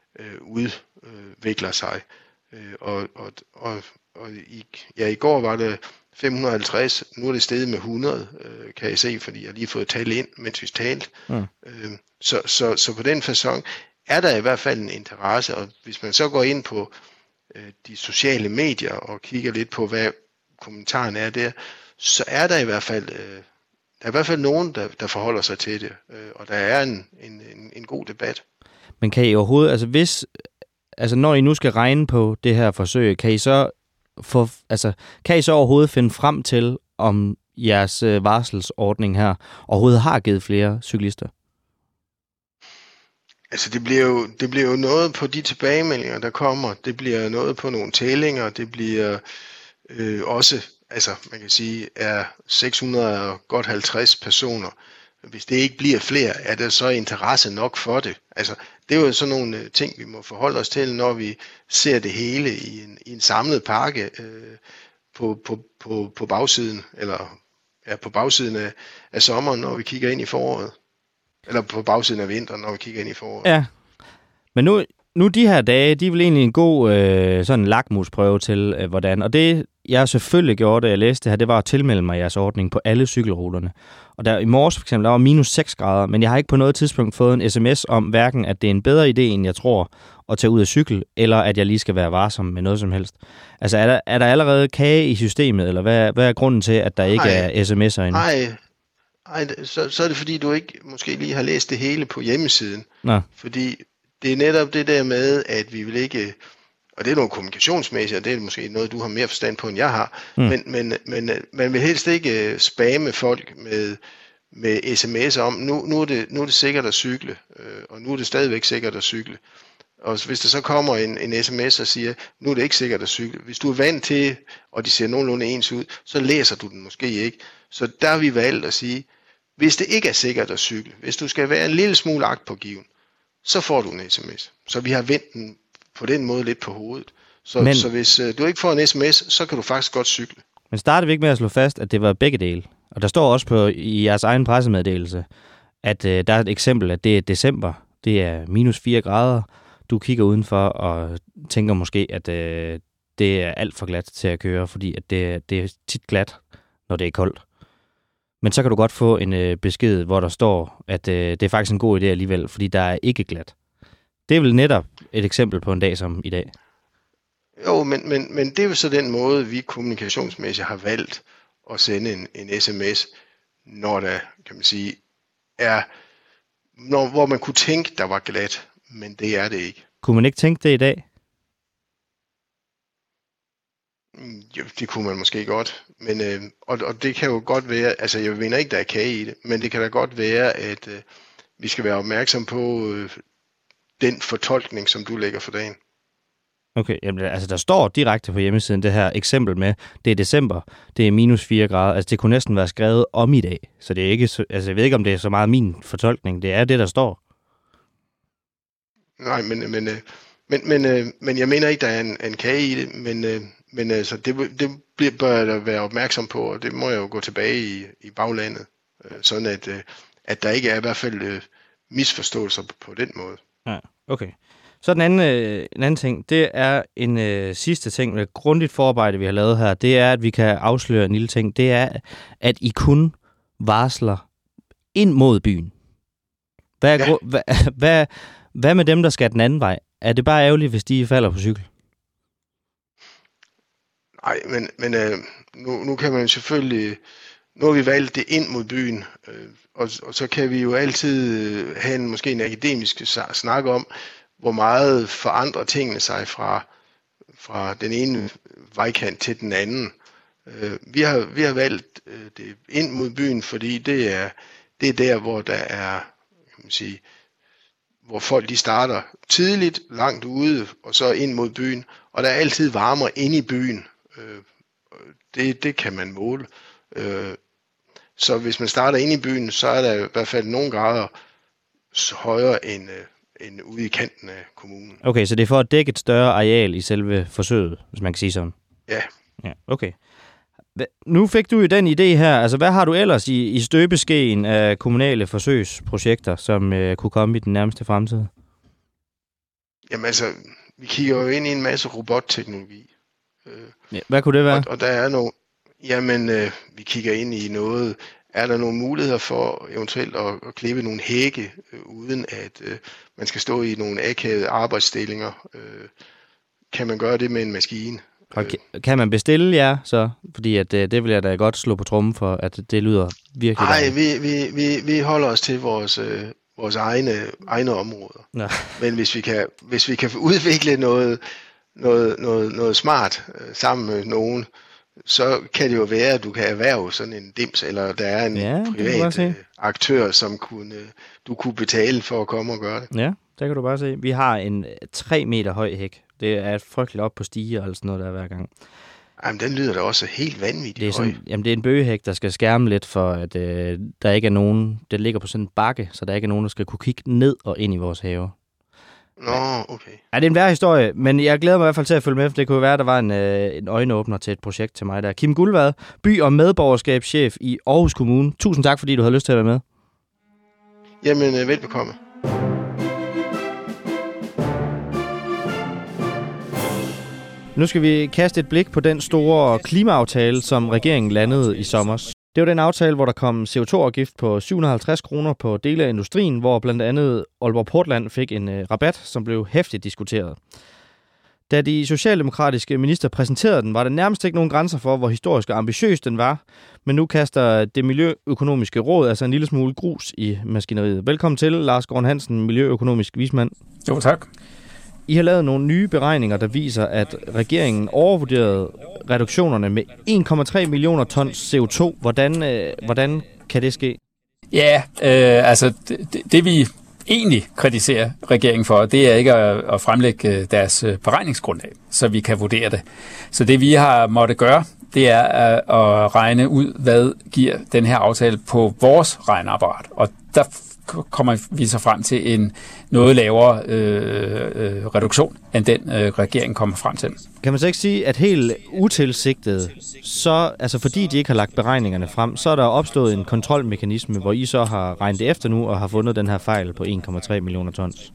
udvikler sig. Og, og, og, og i, ja, i går var det fem hundrede og halvtreds, nu er det steget med hundrede, kan jeg se, fordi jeg har lige fået tal ind, mens vi talte. Mm. Så, så, så på den facon er der i hvert fald en interesse, og hvis man så går ind på øh, de sociale medier og kigger lidt på, hvad kommentaren er der, så er der i hvert fald, øh, der er i hvert fald nogen, der, der forholder sig til det, øh, og der er en, en, en, en god debat. Men kan I overhovedet, altså hvis, altså når I nu skal regne på det her forsøg, kan I så, få, altså, kan I så overhovedet finde frem til, om jeres øh, varselsordning her overhovedet har givet flere cyklister? Altså det bliver, jo, det bliver jo noget på de tilbagemeldinger, der kommer. Det bliver noget på nogle tællinger. Det bliver øh, også, altså man kan sige, er seks hundrede og godt halvtreds personer. Hvis det ikke bliver flere, er der så interesse nok for det? Altså det er jo sådan nogle ting, vi må forholde os til, når vi ser det hele i en, i en samlet pakke øh, på, på, på, på bagsiden, eller ja, på bagsiden af, af sommeren, når vi kigger ind i foråret. Eller på bagsiden af vinteren, når vi kigger ind i foråret. Ja, men nu, nu de her dage, de er vel egentlig en god øh, sådan lakmusprøve til, øh, hvordan. Og det, jeg selvfølgelig gjorde, da jeg læste det her, det var at tilmelde mig jeres ordning på alle cykelruterne. Og der i morges for eksempel, der var minus seks grader, men jeg har ikke på noget tidspunkt fået en sms om, hverken at det er en bedre idé, end jeg tror, at tage ud af cykel, eller at jeg lige skal være varsom med noget som helst. Altså, er der, er der allerede kage i systemet, eller hvad, hvad er grunden til, at der ikke Ej. er sms'er endnu? Nej. Ej, så, så er det fordi, du ikke måske lige har læst det hele på hjemmesiden. Nå. Fordi det er netop det der med, at vi vil ikke, og det er noget kommunikationsmæssigt, og det er måske noget, du har mere forstand på, end jeg har, mm. men, men, men man vil helst ikke spamme folk med, med sms'er om, nu, nu, er det, nu er det sikkert at cykle, og nu er det stadigvæk sikkert at cykle. Og hvis der så kommer en, en sms og siger, nu er det ikke sikkert at cykle. Hvis du er vant til, og de ser nogenlunde ens ud, så læser du den måske ikke. Så der har vi valgt at sige, hvis det ikke er sikkert at cykle, hvis du skal være en lille smule agtpågiven, så får du en sms. Så vi har vendt den på den måde lidt på hovedet. Så, Men, så hvis uh, du ikke får en sms, så kan du faktisk godt cykle. Men startede vi ikke med at slå fast, at det var begge dele? Og der står også på i jeres egen pressemeddelelse, at uh, der er et eksempel, at det er december, det er minus fire grader. Du kigger udenfor og tænker måske, at uh, det er alt for glat til at køre, fordi at det, det er tit glat, når det er koldt. Men så kan du godt få en øh, besked, hvor der står, at øh, det er faktisk en god idé alligevel, fordi der er ikke glat. Det er vel netop et eksempel på en dag som i dag. Jo, men, men, men det er jo så den måde, vi kommunikationsmæssigt har valgt at sende en, en sms, når der, kan man sige, er, når, hvor man kunne tænke, der var glat, men det er det ikke. Kunne man ikke tænke det i dag? Jo, det kunne man måske godt, men, øh, og, og det kan jo godt være, altså jeg mener ikke, der er kage i det, men det kan da godt være, at øh, vi skal være opmærksom på øh, den fortolkning, som du lægger for dagen. Okay, jamen, altså der står direkte på hjemmesiden det her eksempel med, det er december, det er minus fire grader, altså det kunne næsten være skrevet om i dag, så det er ikke, altså jeg ved ikke, om det er så meget min fortolkning, det er det, der står. Nej, men, men, øh, men, men, øh, men jeg mener ikke, der er en, en kage i det, men... Øh, Men altså, det, det bør jeg da være opmærksom på, og det må jeg jo gå tilbage i, i baglandet, øh, sådan at, øh, at der ikke er i hvert fald øh, misforståelser på, på den måde. Ja, okay. Så den anden, øh, en anden ting, det er en øh, sidste ting, et grundigt forarbejde, vi har lavet her, det er, at vi kan afsløre en lille ting, det er, at I kun varsler ind mod byen. Hvad, er, ja. hvad, hvad, hvad med dem, der skal den anden vej? Er det bare ærgerligt, hvis de falder på cykel? Nej, men, men øh, nu, nu kan man selvfølgelig, nu har vi valgt det ind mod byen, øh, og, og så kan vi jo altid have en, måske en akademisk snak om, hvor meget forandrer tingene sig fra, fra den ene vejkant til den anden. Øh, vi, har, vi har valgt øh, det ind mod byen, fordi det er, det er der, hvor der er, kan man sige, hvor folk de starter tidligt, langt ude, og så ind mod byen, og der er altid varmere inde i byen. Det, det kan man måle. Så hvis man starter inde i byen, så er der i hvert fald nogle grader højere end, end ude i kanten af kommunen. Okay, så det er for at dække et større areal i selve forsøget, hvis man kan sige sådan? Ja. Ja, okay. Nu fik du jo den idé her. Altså, hvad har du ellers i, i støbeskeen af kommunale forsøgsprojekter, som øh, kunne komme i den nærmeste fremtid? Jamen altså, vi kigger jo ind i en masse robotteknologi. Ja, hvad kunne det være? Og, og der er nogle, jamen øh, vi kigger ind i noget, er der nogle muligheder for eventuelt at, at klippe nogle hække, øh, uden at øh, man skal stå i nogle akavede arbejdsstillinger. Øh, kan man gøre det med en maskine? Og kan man bestille jer så? Fordi at, øh, det vil jeg da godt slå på trommen for, at det lyder virkelig... Nej, vi, vi, vi, vi holder os til vores, øh, vores egne, egne områder. Nå. Men hvis vi kan, hvis vi kan udvikle noget, noget, noget, noget smart øh, sammen med nogen, så kan det jo være, at du kan erhverve sådan en dims, eller der er en ja, privat øh, aktør, som kunne, du kunne betale for at komme og gøre det. Ja, der kan du bare se. Vi har en tre meter høj hæk. Det er frygteligt op på stiger eller sådan noget der hver gang. Jamen, den lyder da også helt vanvittigt det er høj. sådan, jamen, det er en bøgehæk, der skal skærme lidt for, at øh, der ikke er nogen... Det ligger på sådan en bakke, så der ikke er nogen, der skal kunne kigge ned og ind i vores have. Nå, okay. Ja, det er en værre historie, men jeg glæder mig i hvert fald til at følge med, for det kunne være, at der var en, øh, en øjenåbner til et projekt til mig der. Kim Guldvad, by- og medborgerskabschef i Aarhus Kommune. Tusind tak, fordi du havde lyst til at være med. Jamen, øh, velbekomme. Nu skal vi kaste et blik på den store klimaaftale, som regeringen landede i sommer. Det var den aftale, hvor der kom C O to afgift på syv hundrede og halvtreds kroner på dele af industrien, hvor blandt andet Aalborg Portland fik en øh, rabat, som blev heftigt diskuteret. Da de socialdemokratiske minister præsenterede den, var der nærmest ikke nogen grænser for, hvor historisk og ambitiøs den var. Men nu kaster det miljøøkonomiske råd altså en lille smule grus i maskineriet. Velkommen til, Lars Gården Hansen, miljøøkonomisk vismand. Jo, tak. I har lavet nogle nye beregninger, der viser, at regeringen overvurderede reduktionerne med en komma tre millioner tons C O to. Hvordan, øh, hvordan kan det ske? Ja, øh, altså det, det vi egentlig kritiserer regeringen for, det er ikke at, at fremlægge deres beregningsgrundlag, så vi kan vurdere det. Så det vi har måttet gøre, det er at, at regne ud, hvad giver den her aftale på vores regneapparat. Og der kommer vi så frem til en noget lavere øh, øh, reduktion, end den øh, regeringen kommer frem til. Kan man så ikke sige, at helt utilsigtet, så, altså fordi de ikke har lagt beregningerne frem, så er der opstået en kontrolmekanisme, hvor I så har regnet det efter nu og har fundet den her fejl på en komma tre millioner tons?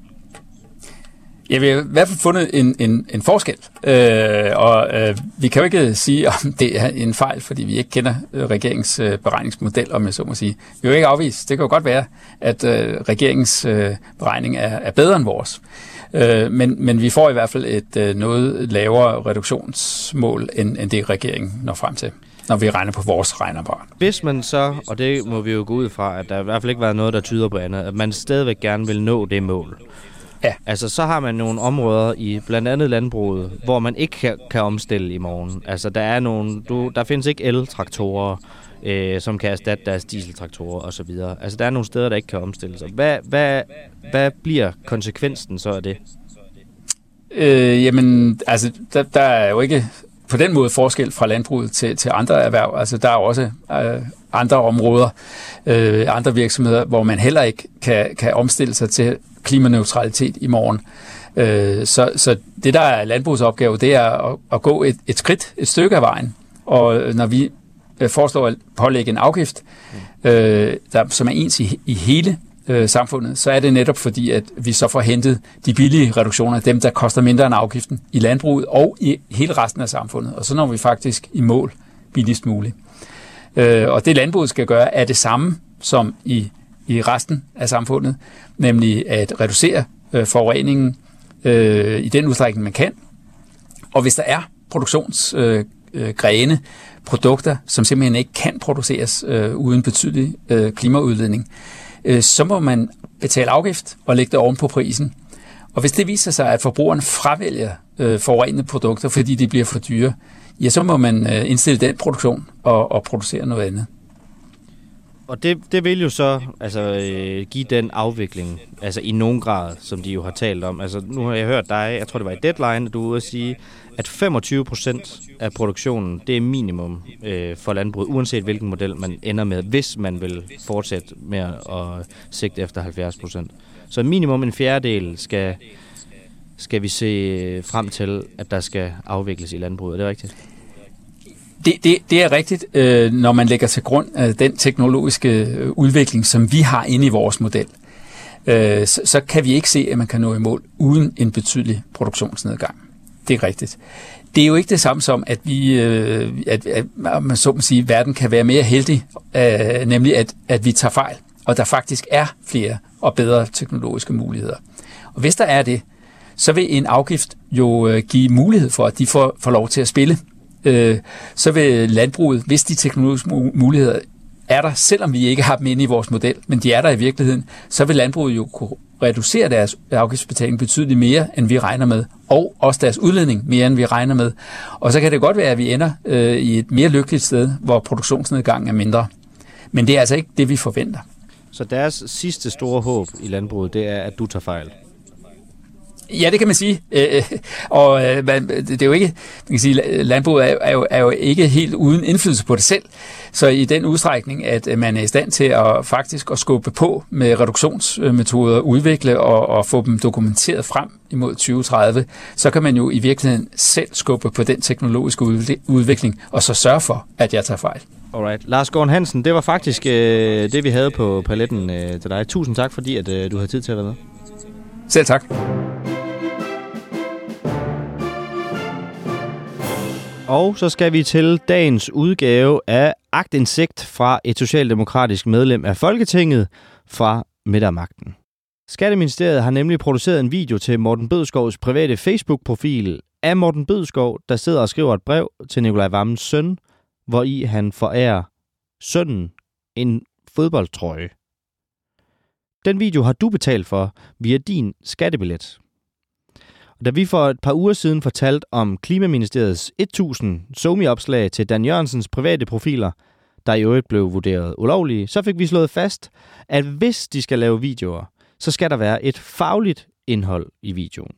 Ja, vi har i hvert fald fundet en, en, en forskel, øh, og øh, vi kan jo ikke sige, om det er en fejl, fordi vi ikke kender øh, regeringens øh, beregningsmodel, om jeg så må sige. Vi vil ikke afvise. Det kan jo godt være, at øh, regeringens øh, beregning er, er bedre end vores. Øh, men, men vi får i hvert fald et øh, noget lavere reduktionsmål, end, end det regeringen når frem til, når vi regner på vores regneapparat. Hvis man så, og det må vi jo gå ud fra, at der i hvert fald ikke været noget, der tyder på andet, at man stadigvæk gerne vil nå det mål. Ja. Altså, så har man nogle områder i blandt andet landbruget, hvor man ikke kan, kan omstille i morgen. Altså, der er nogle, du, der findes ikke el-traktorer, øh, som kan erstatte deres dieseltraktorer osv. Altså, der er nogle steder, der ikke kan omstille sig. Hvad, hvad, hvad bliver konsekvensen så af det? Øh, jamen, altså, der, der er jo ikke på den måde forskel fra landbruget til, til andre erhverv. Altså, der er også øh, andre områder, øh, andre virksomheder, hvor man heller ikke kan, kan omstille sig til klimaneutralitet i morgen. Øh, så, så det, der er landbrugsopgave, det er at, at gå et, et skridt, et stykke af vejen. Og når vi foreslår at pålægge en afgift, øh, der, som er ens i, i hele øh, samfundet, så er det netop fordi, at vi så får hentet de billige reduktioner, dem der koster mindre end afgiften, i landbruget og i hele resten af samfundet. Og så når vi faktisk i mål billigst muligt. Øh, og det landbruget skal gøre, er det samme som i i resten af samfundet, nemlig at reducere øh, forureningen øh, i den udstrækning, man kan. Og hvis der er produktionsgrene, øh, øh, produkter, som simpelthen ikke kan produceres øh, uden betydelig øh, klimaudledning, øh, så må man betale afgift og lægge det oven på prisen. Og hvis det viser sig, at forbrugerne fravælger øh, forurenende produkter, fordi de bliver for dyre, ja, så må man øh, indstille den produktion og, og producere noget andet. Og det, det vil jo så altså, øh, give den afvikling, altså i nogen grad, som de jo har talt om. Altså nu har jeg hørt dig, jeg tror det var i Deadline, at du er ude at sige, at femogtyve procent af produktionen, det er minimum øh, for landbruget, uanset hvilken model man ender med, hvis man vil fortsætte med at sigte efter halvfjerds procent. Så minimum en fjerdedel skal, skal vi se frem til, at der skal afvikles i landbruget. Er det rigtigt? Det, det, det er rigtigt, øh, når man lægger til grund øh, den teknologiske udvikling, som vi har inde i vores model. Øh, så, så kan vi ikke se, at man kan nå i mål uden en betydelig produktionsnedgang. Det er rigtigt. Det er jo ikke det samme som, at vi, øh, at, at man så må sige, verden kan være mere heldig, øh, nemlig at, at vi tager fejl, og der faktisk er flere og bedre teknologiske muligheder. Og hvis der er det, så vil en afgift jo øh, give mulighed for, at de får, får lov til at spille. Øh, så vil landbruget, hvis de teknologiske muligheder er der, selvom vi ikke har dem inde i vores model, men de er der i virkeligheden, så vil landbruget jo kunne reducere deres afgiftsbetaling betydeligt mere, end vi regner med, og også deres udledning mere, end vi regner med. Og så kan det godt være, at vi ender øh, i et mere lykkeligt sted, hvor produktionsnedgangen er mindre. Men det er altså ikke det, vi forventer. Så deres sidste store håb i landbruget, det er, at du tager fejl? Ja, det kan man sige. Øh, og øh, det er jo ikke, man kan sige, landbruget er, er, jo, er jo ikke helt uden indflydelse på det selv. Så i den udstrækning, at man er i stand til at faktisk at skubbe på med reduktionsmetoder, udvikle og, og få dem dokumenteret frem imod tyve tredive, så kan man jo i virkeligheden selv skubbe på den teknologiske udvikling, og så sørge for, at jeg tager fejl. Alright. Lars Gården Hansen, det var faktisk øh, det, vi havde på paletten øh, til dig. Tusind tak, fordi at, øh, du havde tid til at være med. Selv tak. Og så skal vi til dagens udgave af aktindsigt fra et socialdemokratisk medlem af Folketinget fra Midt og Magten. Skatteministeriet har nemlig produceret en video til Morten Bødskovs private Facebook-profil af Morten Bødskov, der sidder og skriver et brev til Nicolai Wammens søn, hvor i han forærer sønnen en fodboldtrøje. Den video har du betalt for via din skattebillet. Da vi for et par uger siden fortalte om Klimaministeriets tusind SoMe-opslag til Dan Jørgensens private profiler, der i øvrigt blev vurderet ulovlige, så fik vi slået fast, at hvis de skal lave videoer, så skal der være et fagligt indhold i videoen.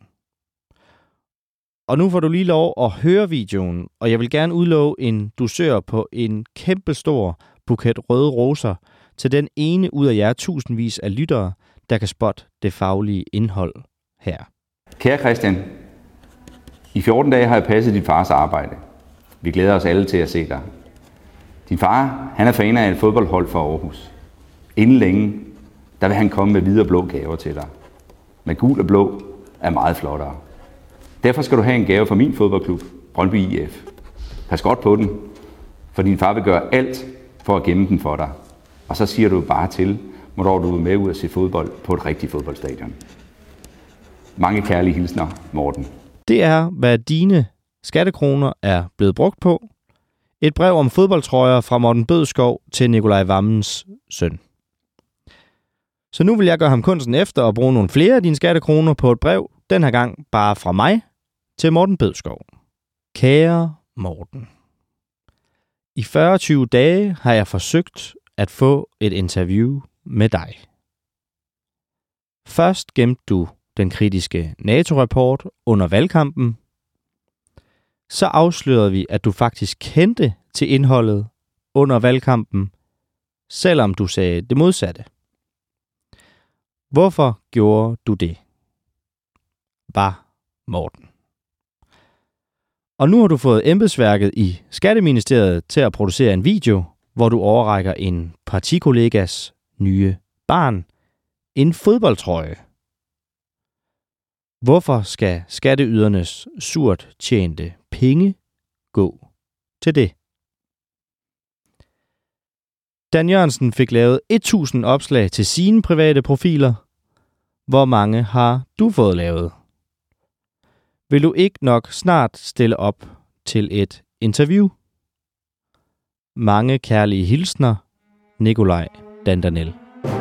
Og nu får du lige lov at høre videoen, og jeg vil gerne udlove en dusør på en kæmpestor buket røde roser til den ene ud af jer tusindvis af lyttere, der kan spotte det faglige indhold her. Kære Christian, i fjorten dage har jeg passet din fars arbejde. Vi glæder os alle til at se dig. Din far, han er fan af et fodboldhold fra Aarhus. Inden længe, der vil han komme med hvide og blå gaver til dig. Men gul og blå er meget flottere. Derfor skal du have en gave fra min fodboldklub, Brøndby I F. Pas godt på den, for din far vil gøre alt for at gemme den for dig. Og så siger du bare til, hvornår du er med ud at se fodbold på et rigtigt fodboldstadion. Mange kærlige hilsner, Morten. Det er, hvad dine skattekroner er blevet brugt på. Et brev om fodboldtrøjer fra Morten Bødskov til Nicolai Wammens søn. Så nu vil jeg gøre ham kunsten efter at bruge nogle flere af dine skattekroner på et brev, den her gang bare fra mig til Morten Bødskov. Kære Morten. I fyrre til tyve dage har jeg forsøgt at få et interview med dig. Først gemte du den kritiske NATO-rapport under valgkampen. Så afslørede vi, at du faktisk kendte til indholdet under valgkampen, selvom du sagde det modsatte. Hvorfor gjorde du det? Var Morten. Og nu har du fået embedsværket i Skatteministeriet til at producere en video, hvor du overrækker en partikollegas nye barn en fodboldtrøje. Hvorfor skal skatteydernes surt tjente penge gå til det? Dan Jørgensen fik lavet tusind opslag til sine private profiler. Hvor mange har du fået lavet? Vil du ikke nok snart stille op til et interview? Mange kærlige hilsner, Nicolai Dandanel.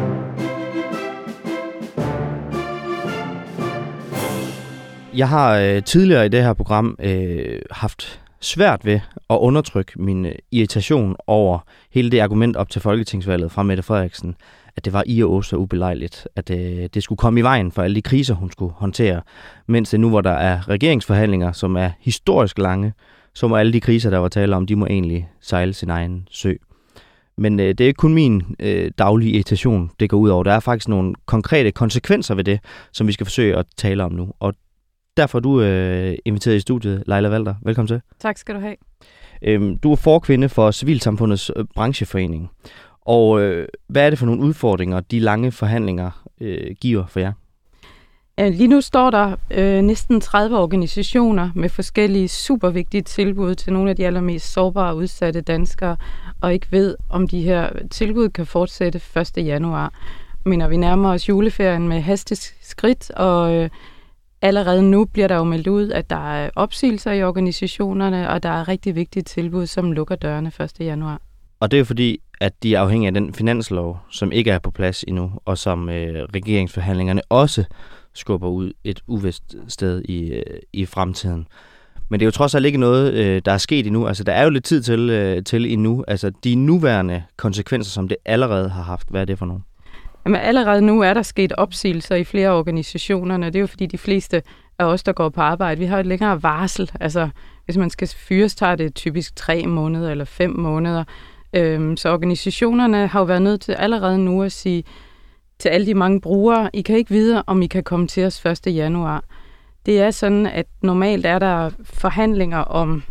Jeg har øh, tidligere i det her program øh, haft svært ved at undertrykke min øh, irritation over hele det argument op til folketingsvalget fra Mette Frederiksen, at det var i og så ubelejligt, at øh, det skulle komme i vejen for alle de kriser, hun skulle håndtere. Mens det nu, hvor der er regeringsforhandlinger, som er historisk lange, så må alle de kriser, der var tale om, de må egentlig sejle sin egen sø. Men øh, det er ikke kun min øh, daglige irritation, det går ud over. Der er faktisk nogle konkrete konsekvenser ved det, som vi skal forsøge at tale om nu. Og derfor er du øh, inviteret i studiet, Leila Walter. Velkommen til. Tak skal du have. Øhm, du er forkvinde for Civilsamfundets øh, brancheforening. Og øh, hvad er det for nogle udfordringer, de lange forhandlinger øh, giver for jer? Lige nu står der øh, næsten tredive organisationer med forskellige supervigtige tilbud til nogle af de allermest sårbare og udsatte danskere, og ikke ved, om de her tilbud kan fortsætte første januar. Men vi nærmer os juleferien med hastigt skridt, og øh, allerede nu bliver der jo meldt ud, at der er opsigelser i organisationerne, og der er rigtig vigtige tilbud, som lukker dørene første januar. Og det er jo fordi, at de er afhængige af den finanslov, som ikke er på plads endnu, og som øh, regeringsforhandlingerne også skubber ud et uvist sted i, øh, i fremtiden. Men det er jo trods alt ikke noget, øh, der er sket endnu. Altså, der er jo lidt tid til, øh, til endnu. Altså, de nuværende konsekvenser, som det allerede har haft, hvad er det for nogle? Jamen, allerede nu er der sket opsigelser i flere organisationerne. Det er jo fordi, de fleste af os, der går på arbejde, vi har et længere varsel. Altså, hvis man skal fyres, tager det typisk tre måneder eller fem måneder. Øhm, så organisationerne har jo været nødt til allerede nu at sige til alle de mange brugere, I kan ikke vide, om I kan komme til os første januar. Det er sådan, at normalt er der forhandlinger om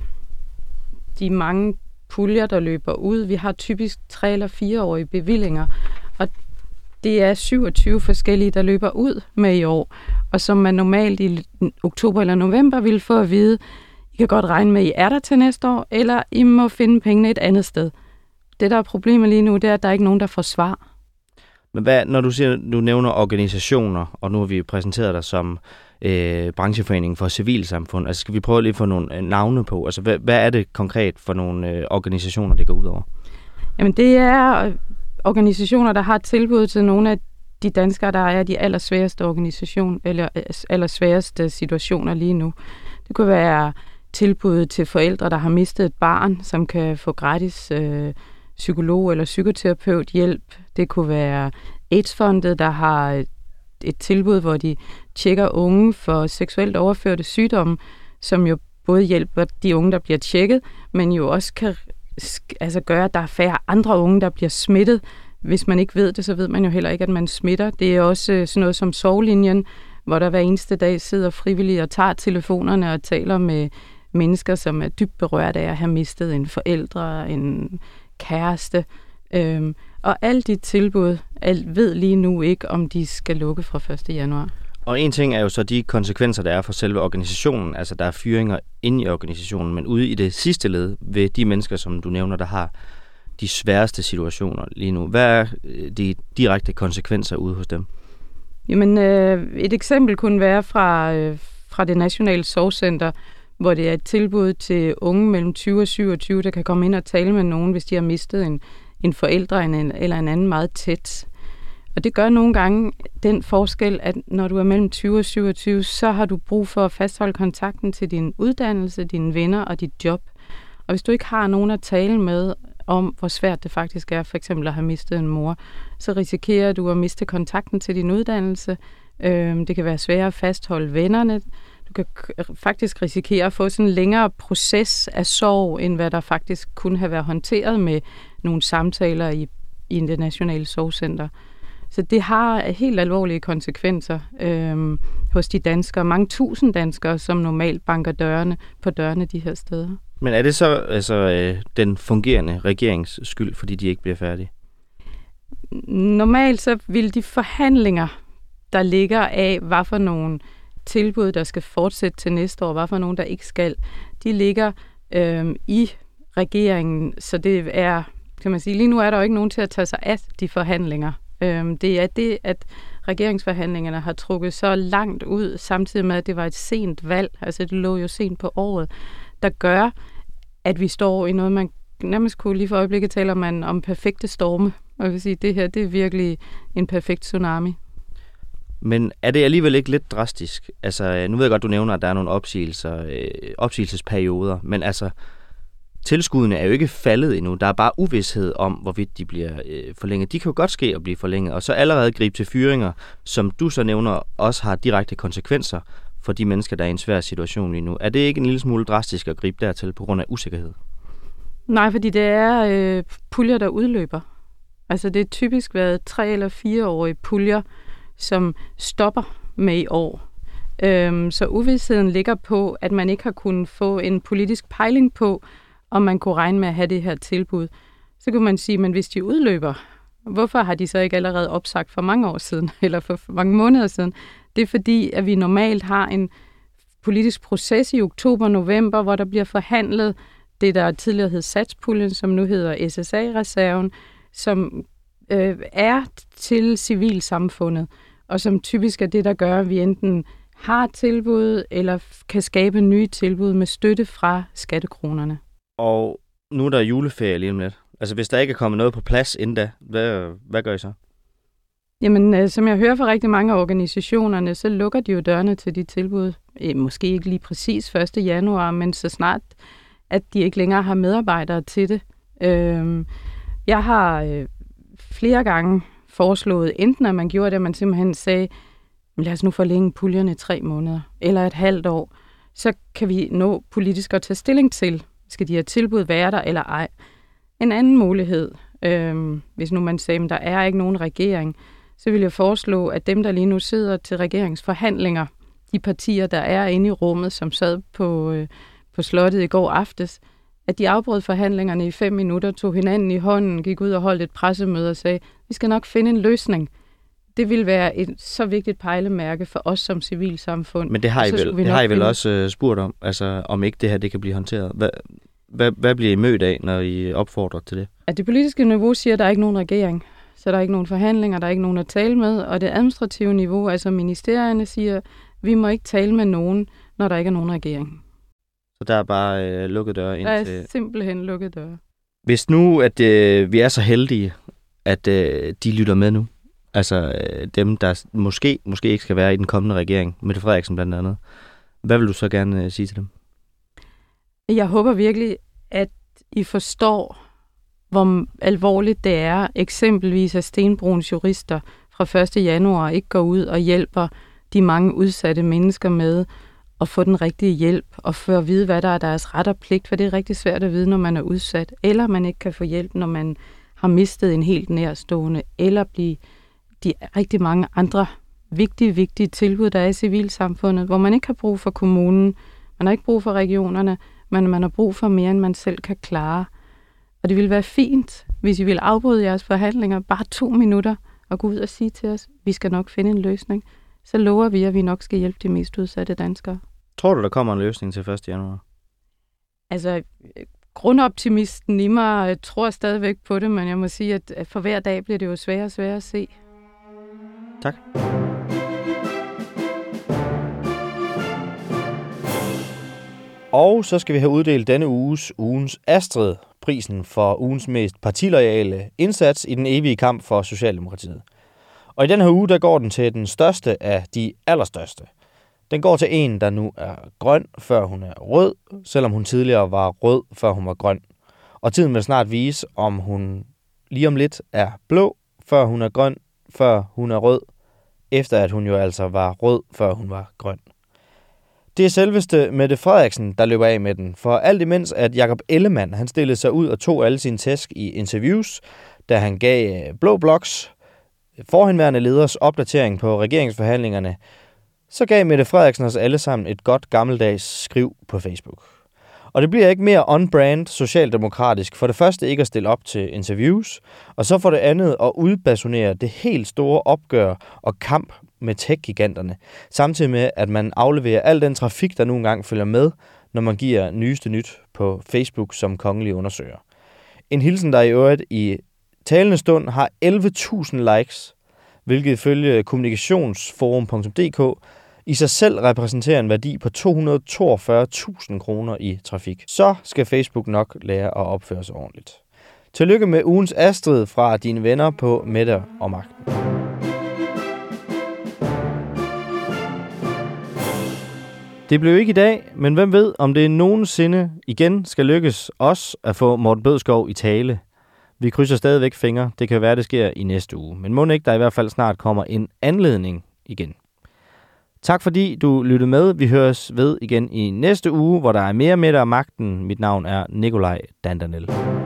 de mange puljer, der løber ud. Vi har typisk tre eller fireårige bevillinger, og det er syvogtyve forskellige, der løber ud med i år, og som man normalt i oktober eller november vil få at vide, I kan godt regne med, at I er der til næste år, eller I må finde pengene et andet sted. Det, der er problemet lige nu, det er, at der er ikke nogen, der får svar. Men hvad, når du siger, du nævner organisationer, og nu har vi præsenteret dig som øh, brancheforeningen for civilsamfund, altså skal vi prøve lige at få nogle øh, navne på? Altså hvad, hvad er det konkret for nogle øh, organisationer, det går ud over? Jamen det er organisationer, der har tilbud til nogle af de danskere, der er de allersværeste organisation, eller allersværeste situationer lige nu. Det kunne være tilbud til forældre, der har mistet et barn, som kan få gratis øh, psykolog eller psykoterapeut hjælp. Det kunne være AIDS-fondet, der har et, et tilbud, hvor de tjekker unge for seksuelt overførte sygdomme, som jo både hjælper de unge, der bliver tjekket, men jo også kan altså gøre, at der er færre andre unge, der bliver smittet. Hvis man ikke ved det, så ved man jo heller ikke, at man smitter. Det er også sådan noget som Sorglinjen, hvor der hver eneste dag sidder frivillige og tager telefonerne og taler med mennesker, som er dybt berørt af at have mistet en forældre, en kæreste. Øhm, og alle de tilbud alt ved lige nu ikke, om de skal lukke fra første januar. Og en ting er jo så de konsekvenser, der er for selve organisationen. Altså der er fyringer inde i organisationen, men ude i det sidste led ved de mennesker, som du nævner, der har de sværeste situationer lige nu. Hvad er de direkte konsekvenser ude hos dem? Jamen øh, et eksempel kunne være fra, øh, fra det Nationale Sorgcenter, hvor det er et tilbud til unge mellem tyve og syvogtyve, der kan komme ind og tale med nogen, hvis de har mistet en, en forældre en, eller en anden meget tæt. Og det gør nogle gange den forskel, at når du er mellem tyve og syvogtyve, så har du brug for at fastholde kontakten til din uddannelse, dine venner og dit job. Og hvis du ikke har nogen at tale med om, hvor svært det faktisk er, for eksempel at have mistet en mor, så risikerer du at miste kontakten til din uddannelse. Det kan være sværere at fastholde vennerne. Du kan faktisk risikere at få sådan en længere proces af sorg, end hvad der faktisk kunne have været håndteret med nogle samtaler i, i det Nationale Sorgcenter. Så det har helt alvorlige konsekvenser øhm, hos de danskere, mange tusind danskere, som normalt banker dørene på dørene de her steder. Men er det så altså, øh, den fungerende regerings skyld, fordi de ikke bliver færdige? Normalt så vil de forhandlinger, der ligger af, hvad for nogle tilbud, der skal fortsætte til næste år, hvad for nogle, der ikke skal, de ligger øh, i regeringen, så det er, kan man sige, lige nu er der jo ikke nogen til at tage sig af de forhandlinger. Øh, det er det, at regeringsforhandlingerne har trukket så langt ud, samtidig med, at det var et sent valg, altså det lå jo sent på året, der gør, at vi står i noget, man nærmest kunne lige for øjeblikket tale om, om perfekte storme, og jeg vil sige, det her, det er virkelig en perfekt tsunami. Men er det alligevel ikke lidt drastisk? Altså, nu ved jeg godt, du nævner, at der er nogle opsigelser, øh, opsigelsesperioder, men altså, tilskuddene er jo ikke faldet endnu. Der er bare uvished om, hvorvidt de bliver øh, forlænget. De kan jo godt ske at blive forlænget, og så allerede gribe til fyringer, som du så nævner, også har direkte konsekvenser for de mennesker, der er i en svær situation lige nu. Er det ikke en lille smule drastisk at gribe dertil på grund af usikkerhed? Nej, fordi det er øh, puljer, der udløber. Altså, det er typisk været tre- eller fireårige puljer, som stopper med i år. Øhm, så uvidstheden ligger på, at man ikke har kunnet få en politisk pejling på, om man kunne regne med at have det her tilbud. Så kan man sige, men hvis de udløber, hvorfor har de så ikke allerede opsagt for mange år siden, eller for mange måneder siden? Det er fordi, at vi normalt har en politisk proces i oktober-november, hvor der bliver forhandlet det, der tidligere hed satspuljen, som nu hedder S S A-reserven, som øh, er til civilsamfundet, og som typisk er det, der gør, at vi enten har tilbud, eller kan skabe nye tilbud med støtte fra skattekronerne. Og nu er der juleferie lige om lidt, Altså, hvis der ikke er kommet noget på plads inden da, hvad, hvad gør I så? Jamen, øh, som jeg hører fra rigtig mange af organisationerne, så lukker de jo dørene til de tilbud. Eh, måske ikke lige præcis første januar, men så snart, at de ikke længere har medarbejdere til det. Øh, jeg har øh, flere gange foreslået, enten at man gjorde det, at man simpelthen sagde, lad os nu forlænge puljerne i tre måneder, eller et halvt år, så kan vi nå politisk at tage stilling til, skal de her tilbud være der eller ej. En anden mulighed, øh, hvis nu man sagde, at der er ikke nogen regering, så vil jeg foreslå, at dem, der lige nu sidder til regeringsforhandlinger, de partier, der er inde i rummet, som sad på, øh, på slottet i går aftes, at de afbrød forhandlingerne i fem minutter, tog hinanden i hånden, gik ud og holdt et pressemøde og sagde, vi skal nok finde en løsning. Det vil være et så vigtigt pejlemærke for os som civilsamfund. Men det har I vel, det har I vel også uh, spurgt om, altså om ikke det her det kan blive håndteret. Hvad, hvad, hvad bliver I mødt af, når I opfordrer til det? At det politiske niveau siger, at der er ikke nogen regering. Så der er ikke nogen forhandlinger, der er ikke nogen at tale med. Og det administrative niveau, altså ministerierne, siger, at vi må ikke tale med nogen, når der ikke er nogen regering. Så der er bare øh, lukket døre ind der er til... simpelthen lukket døre. Hvis nu, at øh, vi er så heldige, at øh, de lytter med nu, altså øh, dem, der måske, måske ikke skal være i den kommende regering, Mette Frederiksen blandt andet, hvad vil du så gerne øh, sige til dem? Jeg håber virkelig, at I forstår, hvor alvorligt det er, eksempelvis at Stenbroens jurister fra første januar ikke går ud og hjælper de mange udsatte mennesker med at få den rigtige hjælp og få at vide, hvad der er deres ret og pligt, for det er rigtig svært at vide, når man er udsat, eller man ikke kan få hjælp, når man har mistet en helt nærstående, eller blive de rigtig mange andre vigtige, vigtige tilbud, der er i civilsamfundet, hvor man ikke har brug for kommunen, man har ikke brug for regionerne, men man har brug for mere, end man selv kan klare. Og det ville være fint, hvis I ville afbryde jeres forhandlinger bare to minutter og gå ud og sige til os, vi skal nok finde en løsning. Så lover vi, at vi nok skal hjælpe de mest udsatte danskere. Tror du, der kommer en løsning til første januar? Altså, grundoptimisten i mig tror stadigvæk på det, men jeg må sige, at for hver dag bliver det jo sværere og sværere at se. Tak. Og så skal vi have uddelt denne uges ugens Astrid, prisen for ugens mest partiloyale indsats i den evige kamp for Socialdemokratiet. Og i den her uge, der går den til den største af de allerstørste. Den går til en, der nu er grøn, før hun er rød, selvom hun tidligere var rød, før hun var grøn. Og tiden vil snart vise, om hun lige om lidt er blå, før hun er grøn, før hun er rød, efter at hun jo altså var rød, før hun var grøn. Det er selveste Mette Frederiksen, der løber af med den, for alt imens at Jakob Ellemann han stillede sig ud og tog alle sine tæsk i interviews, da han gav Blå Bloks forhenværende leders opdatering på regeringsforhandlingerne, så gav Mette Frederiksen os alle sammen et godt gammeldags skriv på Facebook. Og det bliver ikke mere on-brand socialdemokratisk for det første ikke at stille op til interviews, og så for det andet at udbasunere det helt store opgør og kamp med tech-giganterne, samtidig med at man afleverer al den trafik, der nu engang følger med, når man giver nyeste nyt på Facebook som kongelig undersøger. En hilsen, der i øvrigt i talende stund har elleve tusind likes, hvilket ifølge kommunikationsforum punktum d k i sig selv repræsenterer en værdi på to hundrede og toogfyrre tusind kroner i trafik. Så skal Facebook nok lære at opføre sig ordentligt. Tillykke med ugens Astrid fra dine venner på Mette og Magten. Det blev ikke i dag, men hvem ved, om det nogensinde igen skal lykkes os at få Morten Bødskov i tale. Vi krydser stadigvæk fingre. Det kan være, det sker i næste uge. Men må ikke der i hvert fald snart kommer en anledning igen. Tak fordi du lyttede med. Vi høres ved igen i næste uge, hvor der er mere Mette og Magten. Mit navn er Nikolaj Dandanel.